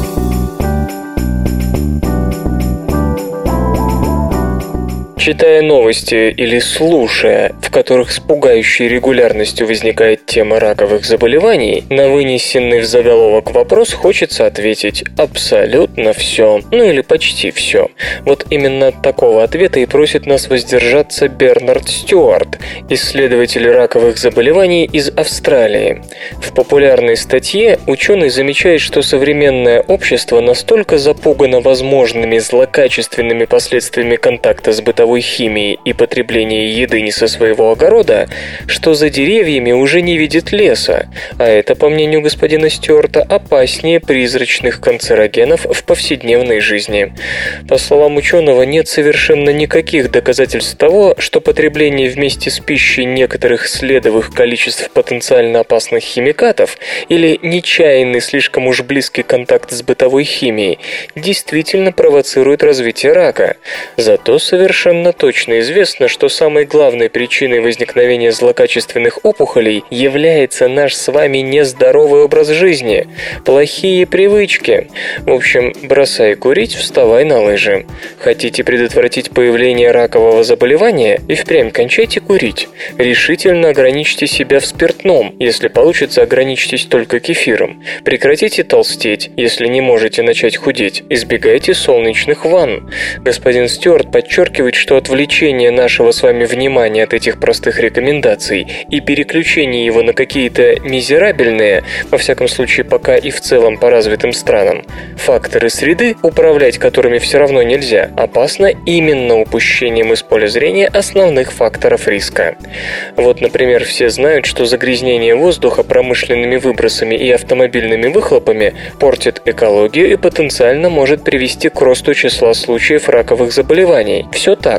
Читая новости или слушая, в которых с пугающей регулярностью возникает тема раковых заболеваний, на вынесенный в заголовок вопрос хочется ответить абсолютно все, ну или почти все. Вот именно от такого ответа и просит нас воздержаться Бернард Стюарт, исследователь раковых заболеваний из Австралии. В популярной статье ученый замечает, что современное общество настолько запугано возможными злокачественными последствиями контакта с бытовой химии и потребления еды не со своего огорода, что за деревьями уже не видит леса, а это, по мнению господина Стюарта, опаснее призрачных канцерогенов в повседневной жизни. По словам ученого, нет совершенно никаких доказательств того, что потребление вместе с пищей некоторых следовых количеств потенциально опасных химикатов или нечаянный слишком уж близкий контакт с бытовой химией действительно провоцирует развитие рака. Зато совершенно точно известно, что самой главной причиной возникновения злокачественных опухолей является наш с вами нездоровый образ жизни, плохие привычки. В общем, бросай курить, вставай на лыжи. Хотите предотвратить появление ракового заболевания? И впрямь кончайте курить. Решительно ограничьте себя в спиртном, если получится, ограничьтесь только кефиром. Прекратите толстеть, если не можете начать худеть. Избегайте солнечных ванн. Господин Стюарт подчеркивает, что отвлечение нашего с вами внимания от этих простых рекомендаций и переключение его на какие-то мизерабельные, во всяком случае пока и в целом по развитым странам, факторы среды, управлять которыми все равно нельзя, опасно именно упущением из поля зрения основных факторов риска. Вот, например, все знают, что загрязнение воздуха промышленными выбросами и автомобильными выхлопами портит экологию и потенциально может привести к росту числа случаев раковых заболеваний. Все так.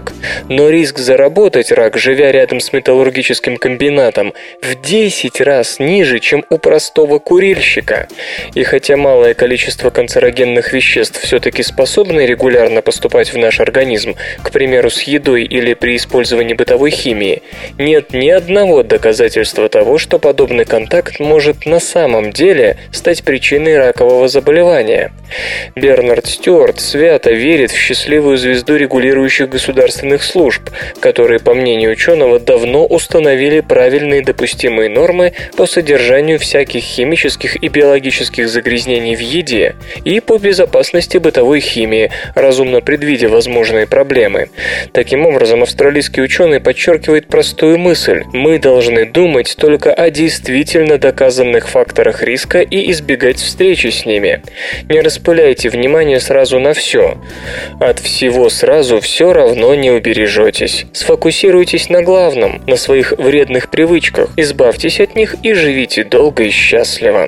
рак, но риск заработать рак, живя рядом с металлургическим комбинатом, в десять раз ниже, чем у простого курильщика. И хотя малое количество канцерогенных веществ все-таки способны регулярно поступать в наш организм, к примеру, с едой или при использовании бытовой химии, нет ни одного доказательства того, что подобный контакт может на самом деле стать причиной ракового заболевания. Бернард Стюарт свято верит в счастливую звезду регулирующих государственных служб, которые, по мнению ученого, давно установили правильные допустимые нормы по содержанию всяких химических и биологических загрязнений в еде и по безопасности бытовой химии, разумно предвидя возможные проблемы. Таким образом, австралийский ученый подчеркивает простую мысль: мы должны думать только о действительно доказанных факторах риска и избегать встречи с ними. Не распыляйте внимание сразу на все. От всего сразу все равно не убережетесь. Сфокусируйтесь на главном, на своих вредных привычках, избавьтесь от них и живите долго и счастливо.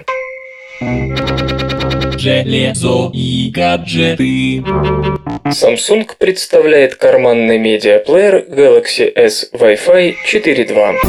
Железо и гаджеты.
Samsung представляет карманный медиаплеер Galaxy S Wi-Fi четыре точка два.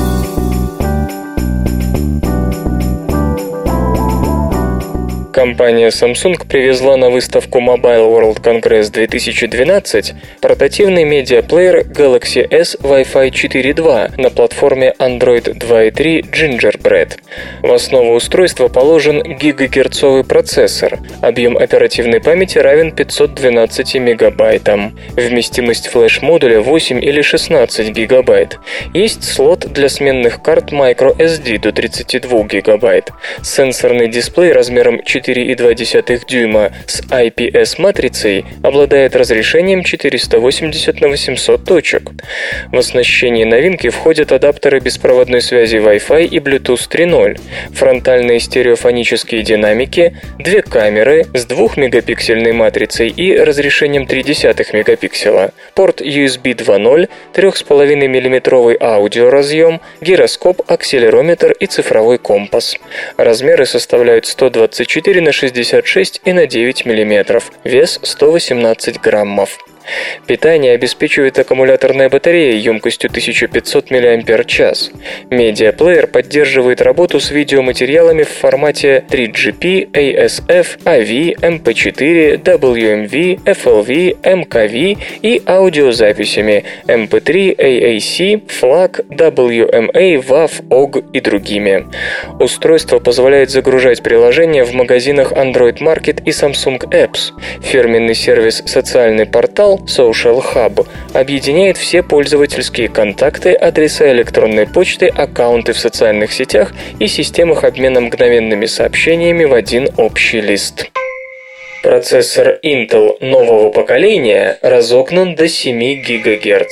Компания Samsung привезла на выставку Mobile World Congress две тысячи двенадцать портативный медиаплеер Galaxy S Wi-Fi четыре точка два на платформе Android два и три Gingerbread. В основу устройства положен гигагерцовый процессор. Объем оперативной памяти равен пятьсот двенадцать мегабайтам. Вместимость флеш-модуля восемь или шестнадцать гигабайт. Есть слот для сменных карт microSD до тридцать два гигабайт. Сенсорный дисплей размером четыре и два десятых дюйма с ай пи эс-матрицей обладает разрешением четыреста восемьдесят на восемьсот точек. В оснащении новинки входят адаптеры беспроводной связи Wi-Fi и Bluetooth три ноль, фронтальные стереофонические динамики, две камеры с двухмегапиксельной матрицей и разрешением три десятых мегапикселя, порт ю эс би два ноль, три и пять миллиметровый аудиоразъем, гироскоп, акселерометр и цифровой компас. Размеры составляют сто двадцать четыре на шестьдесят шесть и на девять миллиметров, вес сто восемнадцать граммов. Питание обеспечивает аккумуляторная батарея емкостью тысяча пятьсот миллиампер-час. Медиаплеер поддерживает работу с видеоматериалами в формате три джи пи, эй эс эф, эй ви, эм пи четыре, дабл ю эм ви, эф эл ви, эм ка ви и аудиозаписями эм пи три, эй эй си, флаг, дабл ю эм эй, вав, о джи и другими. Устройство позволяет загружать приложения в магазинах Android Market и Samsung Apps. Фирменный сервис «Социальный портал» Social Hub объединяет все пользовательские контакты, адреса электронной почты, аккаунты в социальных сетях и системах обмена мгновенными сообщениями в один общий лист. Процессор Intel нового поколения разогнан до семь гигагерц.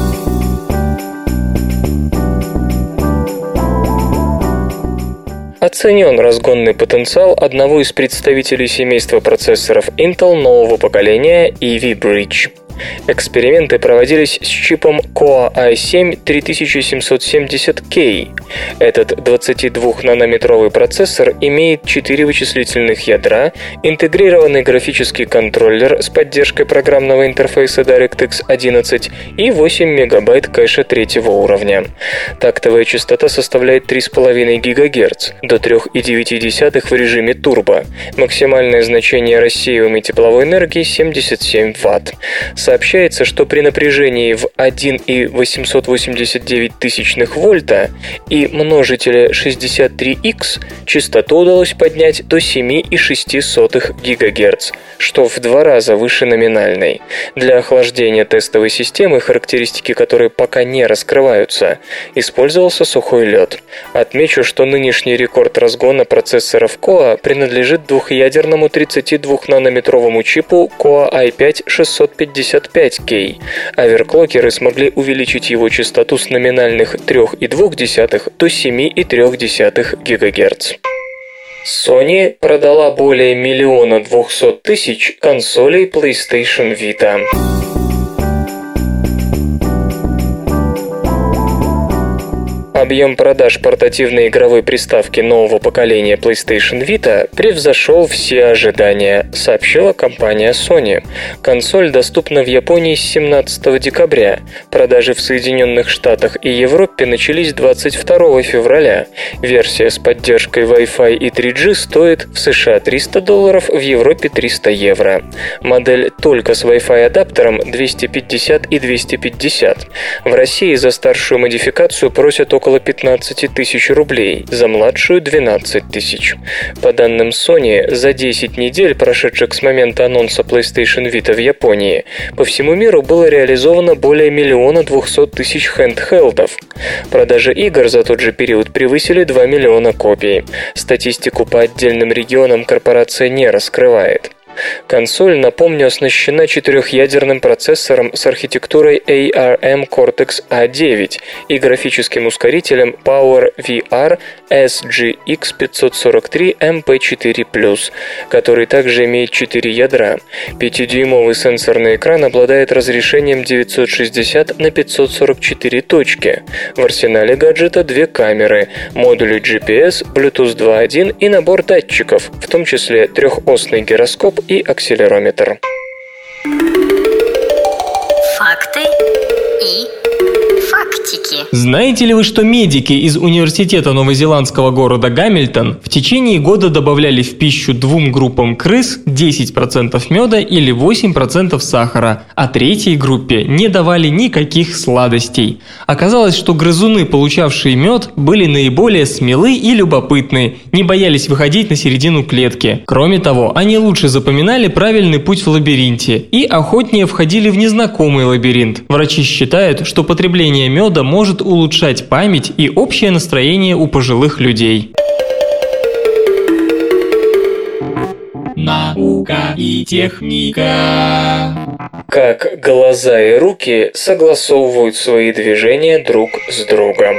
Оценен разгонный потенциал одного из представителей семейства процессоров Intel нового поколения Ivy Bridge. Эксперименты проводились с чипом Core ай семь три тысячи семьсот семьдесят кей. Этот двадцатидвухнанометровый процессор имеет четыре вычислительных ядра, интегрированный графический контроллер с поддержкой программного интерфейса DirectX одиннадцать и восемь мегабайт кэша третьего уровня. Тактовая частота составляет три и пять гигагерц, до три и девять десятых в режиме турбо. Максимальное значение рассеиваемой тепловой энергии семьдесят семь ватт. Сообщается, что при напряжении в один и восемьсот восемьдесят девять тысячных вольта и множителе шестьдесят три икс частоту удалось поднять до семь и шесть десятых гигагерц, что в два раза выше номинальной. Для охлаждения тестовой системы, характеристики которой пока не раскрываются, использовался сухой лед. Отмечу, что нынешний рекорд разгона процессоров Core принадлежит двухъядерному тридцатидвухнанометровому чипу Core ай пять шестьсот пятьдесят пять кей. Оверклокеры смогли увеличить его частоту с номинальных три и два десятых до семь и три десятых гигагерц. Sony продала более миллиона двухсот тысяч консолей PlayStation Vita. Объем продаж портативной игровой приставки нового поколения PlayStation Vita превзошел все ожидания, сообщила компания Sony. Консоль доступна в Японии с семнадцатого декабря. Продажи в Соединенных Штатах и Европе начались двадцать второго февраля. Версия с поддержкой Wi-Fi и три джи стоит в США триста долларов, в Европе триста евро. Модель только с Wi-Fi адаптером двести пятьдесят и двести пятьдесят. В России за старшую модификацию просят около пятнадцать тысяч рублей, за младшую двенадцать тысяч. По данным Sony, за десять недель, прошедших с момента анонса PlayStation Vita в Японии, по всему миру было реализовано более миллиона двухсот тысяч хэндхелдов. Продажи игр за тот же период превысили два миллиона копий. Статистику по отдельным регионам корпорация не раскрывает. Консоль, напомню, оснащена четырехъядерным процессором с архитектурой эй ар эм Cortex а девять и графическим ускорителем PowerVR эс джи икс пятьсот сорок три эм пи четыре плюс, который также имеет четыре ядра. пятидюймовый сенсорный экран обладает разрешением девятьсот шестьдесят на пятьсот сорок четыре точки. В арсенале гаджета две камеры, модули джи пи эс, Bluetooth два точка один и набор датчиков, в том числе трехосный гироскоп и акселерометр.
Факты и фактики.
Знаете ли вы, что медики из университета новозеландского города Гамильтон в течение года добавляли в пищу двум группам крыс десять процентов меда или восемь процентов сахара, а третьей группе не давали никаких сладостей? Оказалось, что грызуны, получавшие мед, были наиболее смелы и любопытны, не боялись выходить на середину клетки. Кроме того, они лучше запоминали правильный путь в лабиринте и охотнее входили в незнакомый лабиринт. Врачи считают, что потребление меда может улучшать память и общее настроение у пожилых людей.
Наука и техника.
Как глаза и руки согласовывают свои движения друг с другом.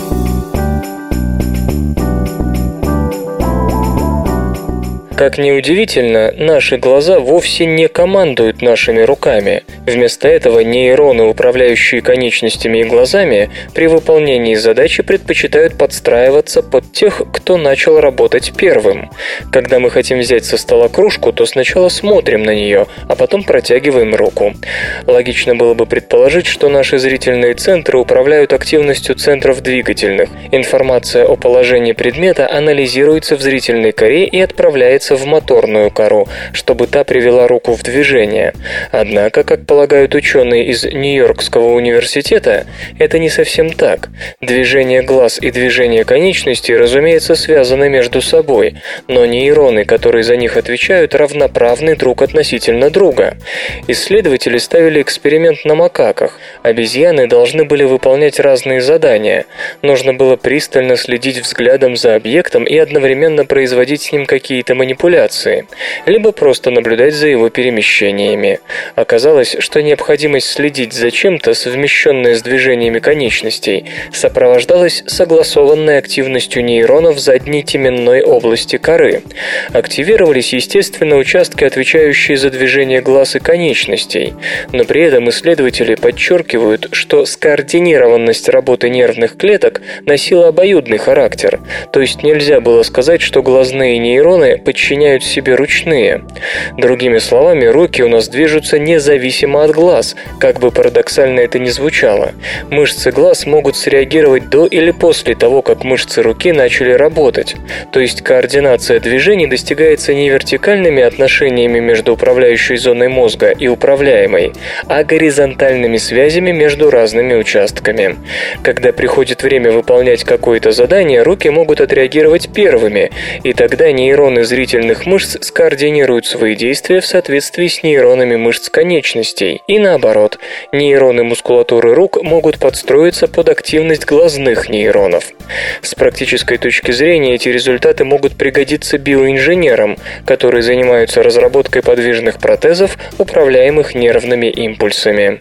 Как ни удивительно, наши глаза вовсе не командуют нашими руками. Вместо этого нейроны, управляющие конечностями и глазами, при выполнении задачи предпочитают подстраиваться под тех, кто начал работать первым. Когда мы хотим взять со стола кружку, то сначала смотрим на нее, а потом протягиваем руку. Логично было бы предположить, что наши зрительные центры управляют активностью центров двигательных. Информация о положении предмета анализируется в зрительной коре и отправляется в моторную кору, чтобы та привела руку в движение. Однако, как полагают ученые из Нью-Йоркского университета, это не совсем так. Движение глаз и движение конечностей, разумеется, связаны между собой, но нейроны, которые за них отвечают, равноправны друг относительно друга. Исследователи ставили эксперимент на макаках. Обезьяны должны были выполнять разные задания. Нужно было пристально следить взглядом за объектом и одновременно производить с ним какие-то манипуляции. манипуляции, либо просто наблюдать за его перемещениями. Оказалось, что необходимость следить за чем-то, совмещенная с движениями конечностей, сопровождалась согласованной активностью нейронов задней теменной области коры. Активировались, естественно, участки, отвечающие за движение глаз и конечностей, но при этом исследователи подчеркивают, что скоординированность работы нервных клеток носила обоюдный характер, то есть нельзя было сказать, что глазные нейроны подчиняют себе ручные. Другими словами, руки у нас движутся независимо от глаз, как бы парадоксально это ни звучало. Мышцы глаз могут среагировать до или после того, как мышцы руки начали работать. То есть координация движений достигается не вертикальными отношениями между управляющей зоной мозга и управляемой, а горизонтальными связями между разными участками. Когда приходит время выполнять какое-то задание, руки могут отреагировать первыми, и тогда нейроны зрительных мышц скоординируют свои действия в соответствии с нейронами мышц конечностей. И наоборот, нейроны мускулатуры рук могут подстроиться под активность глазных нейронов. С практической точки зрения эти результаты могут пригодиться биоинженерам, которые занимаются разработкой подвижных протезов, управляемых нервными импульсами.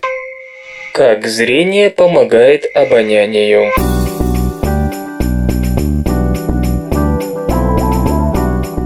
Как зрение помогает обонянию. С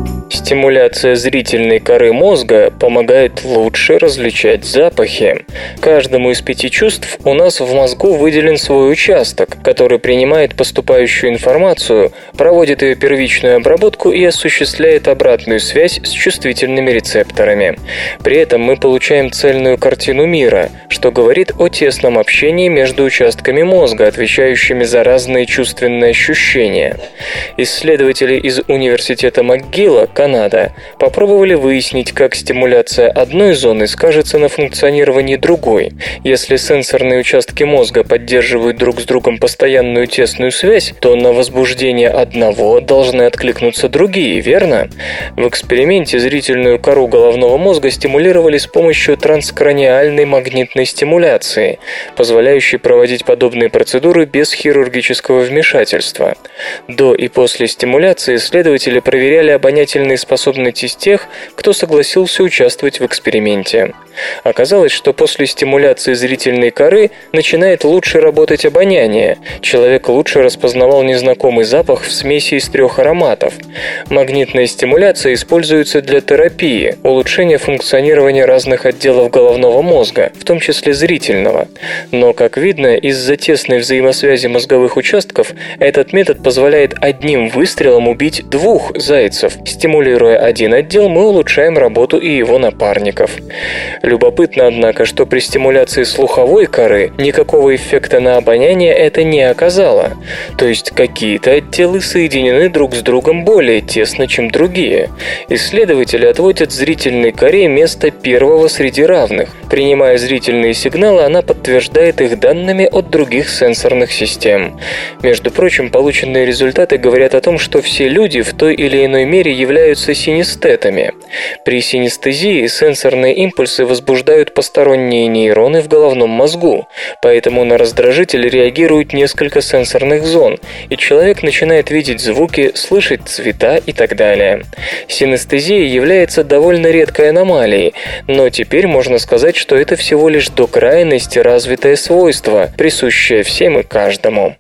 Стимуляция зрительной коры мозга помогает лучше различать запахи. Каждому из пяти чувств у нас в мозгу выделен свой участок, который принимает поступающую информацию, проводит ее первичную обработку и осуществляет обратную связь с чувствительными рецепторами. При этом мы получаем цельную картину мира, что говорит о тесном общении между участками мозга, отвечающими за разные чувственные ощущения. Исследователи из Университета МcGill, Канада, попробовали выяснить, как стимуляция одной зоны скажется на функционировании другой. Если сенсорные участки мозга поддерживают друг с другом постоянную тесную связь, то на возбуждение одного должны откликнуться другие, верно? В эксперименте зрительную кору головного мозга стимулировали с помощью транскраниальной магнитной стимуляции, позволяющей проводить подобные процедуры без хирургического вмешательства. До и после стимуляции исследователи проверяли обонятельные способности тех, кто согласился участвовать в эксперименте. Оказалось, что после стимуляции зрительной коры начинает лучше работать обоняние. Человек лучше распознавал незнакомый запах в смеси из трех ароматов. Магнитная стимуляция используется для терапии, улучшения функционирования разных отделов головного мозга, в том числе зрительного. Но, как видно, из-за тесной взаимосвязи мозговых участков этот метод позволяет одним выстрелом убить двух зайцев. Стимулируя один отдел, мы улучшаем работу и его напарников. Любопытно, однако, что при стимуляции слуховой коры никакого эффекта на обоняние это не оказало. То есть какие-то отделы соединены друг с другом более тесно, чем другие. Исследователи отводят зрительной коре место первого среди равных. Принимая зрительные сигналы, она подтверждает их данными от других сенсорных систем. Между прочим, полученные результаты говорят о том, что все люди в той или иной мере являются синестетами. При синестезии сенсорные импульсы возбуждают посторонние нейроны в головном мозгу, поэтому на раздражитель реагируют несколько сенсорных зон, и человек начинает видеть звуки, слышать цвета и так далее. Синестезия является довольно редкой аномалией, но теперь можно сказать, что это всего лишь до крайности развитое свойство, присущее всем и каждому.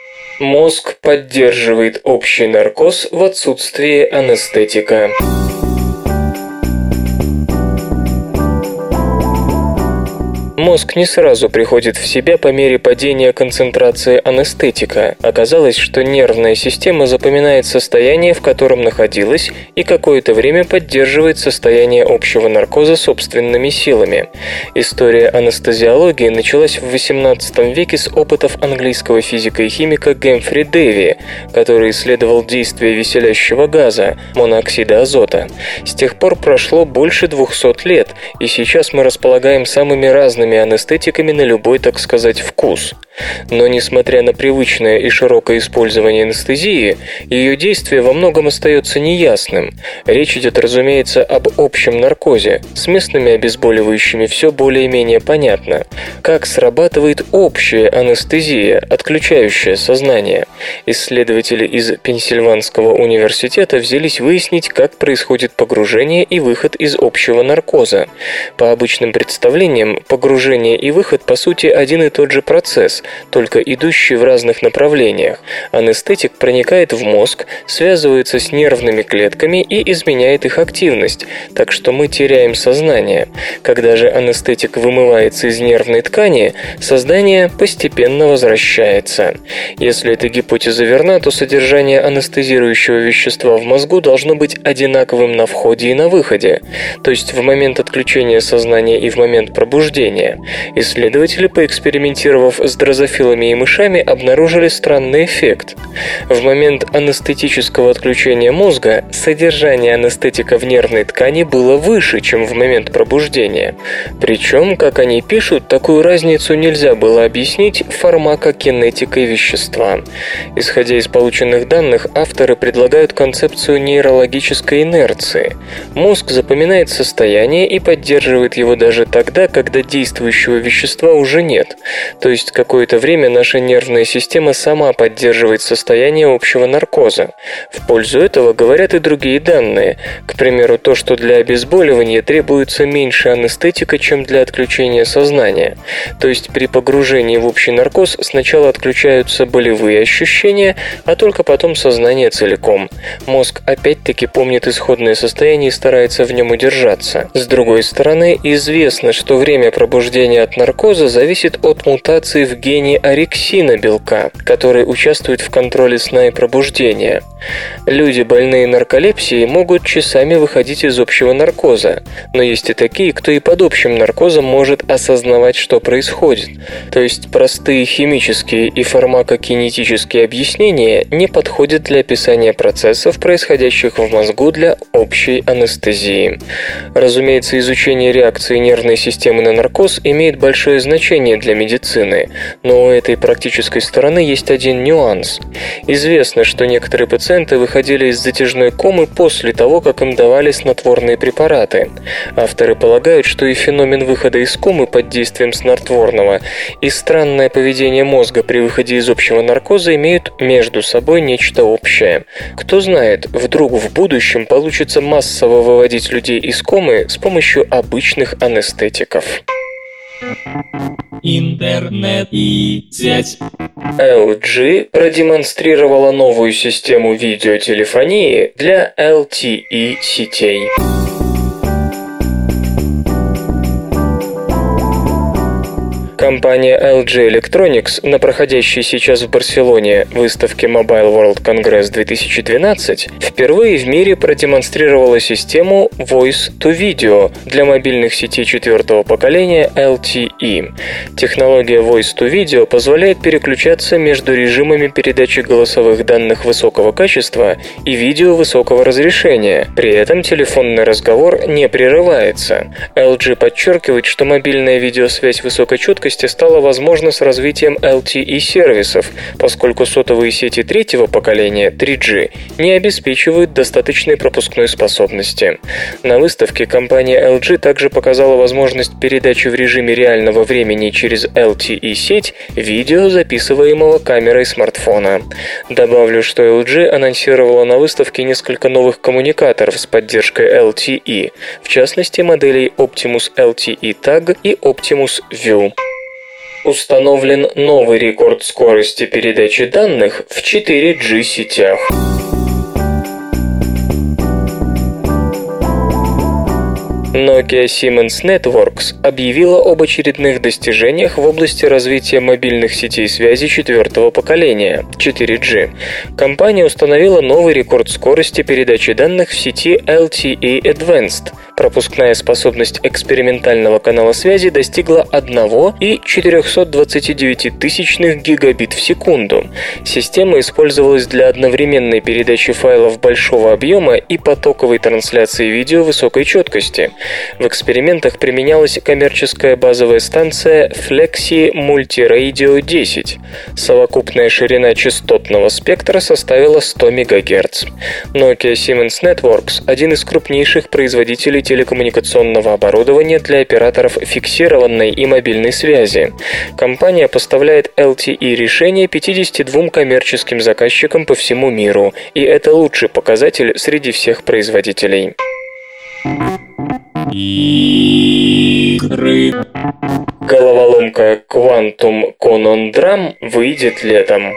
Мозг поддерживает общий наркоз в отсутствии анестетика. Мозг не сразу приходит в себя по мере падения концентрации анестетика. Оказалось, что нервная система запоминает состояние, в котором находилась, и какое-то время поддерживает состояние общего наркоза собственными силами. История анестезиологии началась в восемнадцатом веке с опытов английского физика и химика Гэмфри Дэви, который исследовал действие веселящего газа – моноксида азота. С тех пор прошло больше двухсот лет, и сейчас мы располагаем самыми разными анестетиками на любой, так сказать, вкус. Но несмотря на привычное и широкое использование анестезии, ее действие во многом остается неясным. Речь идет, разумеется, об общем наркозе. С местными обезболивающими все более-менее понятно. Как срабатывает общая анестезия, отключающая сознание? Исследователи из Пенсильванского университета взялись выяснить, как происходит погружение и выход из общего наркоза. По обычным представлениям, погружение и выход, по сути, один и тот же процесс, только идущий в разных направлениях. Анестетик проникает в мозг, связывается с нервными клетками и изменяет их активность, так что мы теряем сознание. Когда же анестетик вымывается из нервной ткани, сознание постепенно возвращается. Если эта гипотеза верна, то содержание анестезирующего вещества в мозгу должно быть одинаковым на входе и на выходе, то есть в момент отключения сознания и в момент пробуждения. Исследователи, поэкспериментировав с дрозофилами и мышами, обнаружили странный эффект. В момент анестетического отключения мозга содержание анестетика в нервной ткани было выше, чем в момент пробуждения. Причем, как они пишут, такую разницу нельзя было объяснить фармакокинетикой вещества. Исходя из полученных данных, авторы предлагают концепцию нейрологической инерции. Мозг запоминает состояние и поддерживает его даже тогда, когда действующий действующего вещества уже нет. То есть какое-то время наша нервная система сама поддерживает состояние общего наркоза. В пользу этого говорят и другие данные. К примеру, то, что для обезболивания требуется меньше анестетика, чем для отключения сознания. То есть при погружении в общий наркоз сначала отключаются болевые ощущения, а только потом сознание целиком. Мозг опять-таки помнит исходное состояние и старается в нем удержаться. С другой стороны, известно, что время пробуждения от наркоза зависит от мутации в гене орексина белка, который участвует в контроле сна и пробуждения. Люди, больные нарколепсией, могут часами выходить из общего наркоза, но есть и такие, кто и под общим наркозом может осознавать, что происходит. То есть простые химические и фармакокинетические объяснения не подходят для описания процессов, происходящих в мозгу для общей анестезии. Разумеется, изучение реакции нервной системы на наркоз имеет большое значение для медицины, но у этой практической стороны есть один нюанс. Известно, что некоторые пациенты выходили из затяжной комы после того, как им давали снотворные препараты. Авторы полагают, что и феномен выхода из комы под действием снотворного, и странное поведение мозга при выходе из общего наркоза имеют между собой нечто общее. Кто знает, вдруг в будущем получится массово выводить людей из комы с помощью обычных анестетиков.
Интернет и сеть.
эл джи продемонстрировала новую систему видеотелефонии для эл ти и сетей. Компания эл джи Electronics на проходящей сейчас в Барселоне выставке Mobile World Congress две тысячи двенадцать впервые в мире продемонстрировала систему Voice to Video для мобильных сетей четвертого поколения эл ти и. Технология Voice to Video позволяет переключаться между режимами передачи голосовых данных высокого качества и видео высокого разрешения. При этом телефонный разговор не прерывается. эл джи подчеркивает, что мобильная видеосвязь высокой четкости стало возможно с развитием эл ти и-сервисов, поскольку сотовые сети третьего поколения три джи не обеспечивают достаточной пропускной способности. На выставке компания эл джи также показала возможность передачи в режиме реального времени через эл ти и-сеть видео, записываемого камерой смартфона. Добавлю, что эл джи анонсировала на выставке несколько новых коммуникаторов с поддержкой эл ти и, в частности моделей Optimus эл ти и Tag и Optimus View. Установлен новый рекорд скорости передачи данных в четыре джи сетях. Nokia Siemens Networks объявила об очередных достижениях в области развития мобильных сетей связи четвертого поколения четыре джи. Компания установила новый рекорд скорости передачи данных в сети эл ти и Advanced. Пропускная способность экспериментального канала связи достигла одна целая четыреста двадцать девять тысячных гигабит в секунду. Система использовалась для одновременной передачи файлов большого объема и потоковой трансляции видео высокой четкости. В экспериментах применялась коммерческая базовая станция Flexi Multiradio десять. Совокупная ширина частотного спектра составила сто мегагерц. Nokia Siemens Networks – один из крупнейших производителей телекоммуникационного оборудования для операторов фиксированной и мобильной связи. Компания поставляет эл ти и-решения пятидесяти двум коммерческим заказчикам по всему миру, и это лучший показатель среди всех производителей.
Игры.
Головоломка Quantum Conundrum выйдет летом.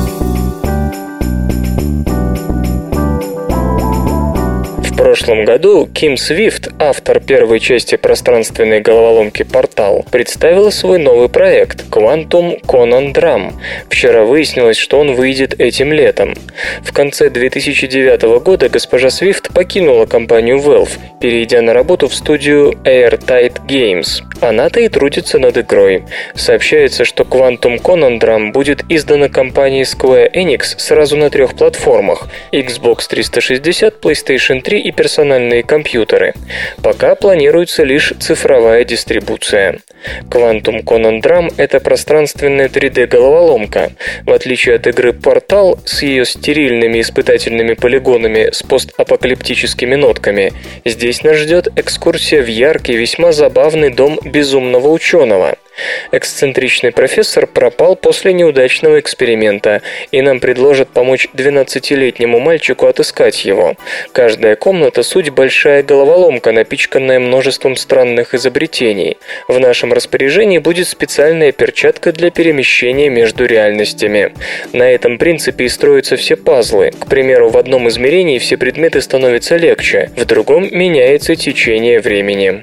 В прошлом году Ким Свифт, автор первой части пространственной головоломки «Портал», представила свой новый проект Quantum Conundrum. Вчера выяснилось, что он выйдет этим летом. В конце две тысячи девятого года госпожа Свифт покинула компанию Valve, перейдя на работу в студию Airtight Games. Она-то и трудится над игрой. Сообщается, что Quantum Conundrum будет издана компанией Square Enix сразу на трех платформах – Xbox триста шестьдесят, PlayStation три и персональные компьютеры. Пока планируется лишь цифровая дистрибуция. Quantum Conundrum — это пространственная три дэ-головоломка. В отличие от игры Portal с ее стерильными испытательными полигонами с постапокалиптическими нотками, здесь нас ждет экскурсия в яркий, весьма забавный дом безумного ученого. Эксцентричный профессор пропал после неудачного эксперимента, и нам предложат помочь двенадцатилетнему мальчику отыскать его. Каждая комната — суть большая головоломка, напичканная множеством странных изобретений. В нашем распоряжении будет специальная перчатка для перемещения между реальностями. На этом принципе и строятся все пазлы. К примеру, в одном измерении все предметы становятся легче, в другом меняется течение времени.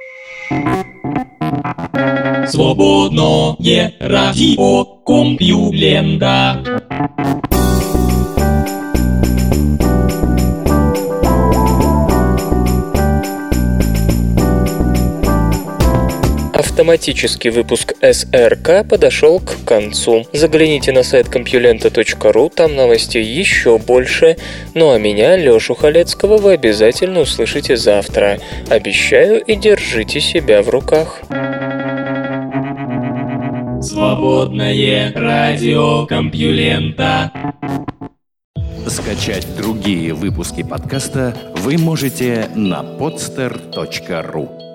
Свободное радио Компьюлента.
Автоматический выпуск эс эр ка подошел к концу. Загляните на сайт компьюлента точка ру, там новостей еще больше. Ну а меня, Лешу Халецкого, вы обязательно услышите завтра. Обещаю, и держите себя в руках.
Свободное радио Компьюлента.
Скачать другие выпуски подкаста вы можете на подстер точка ру.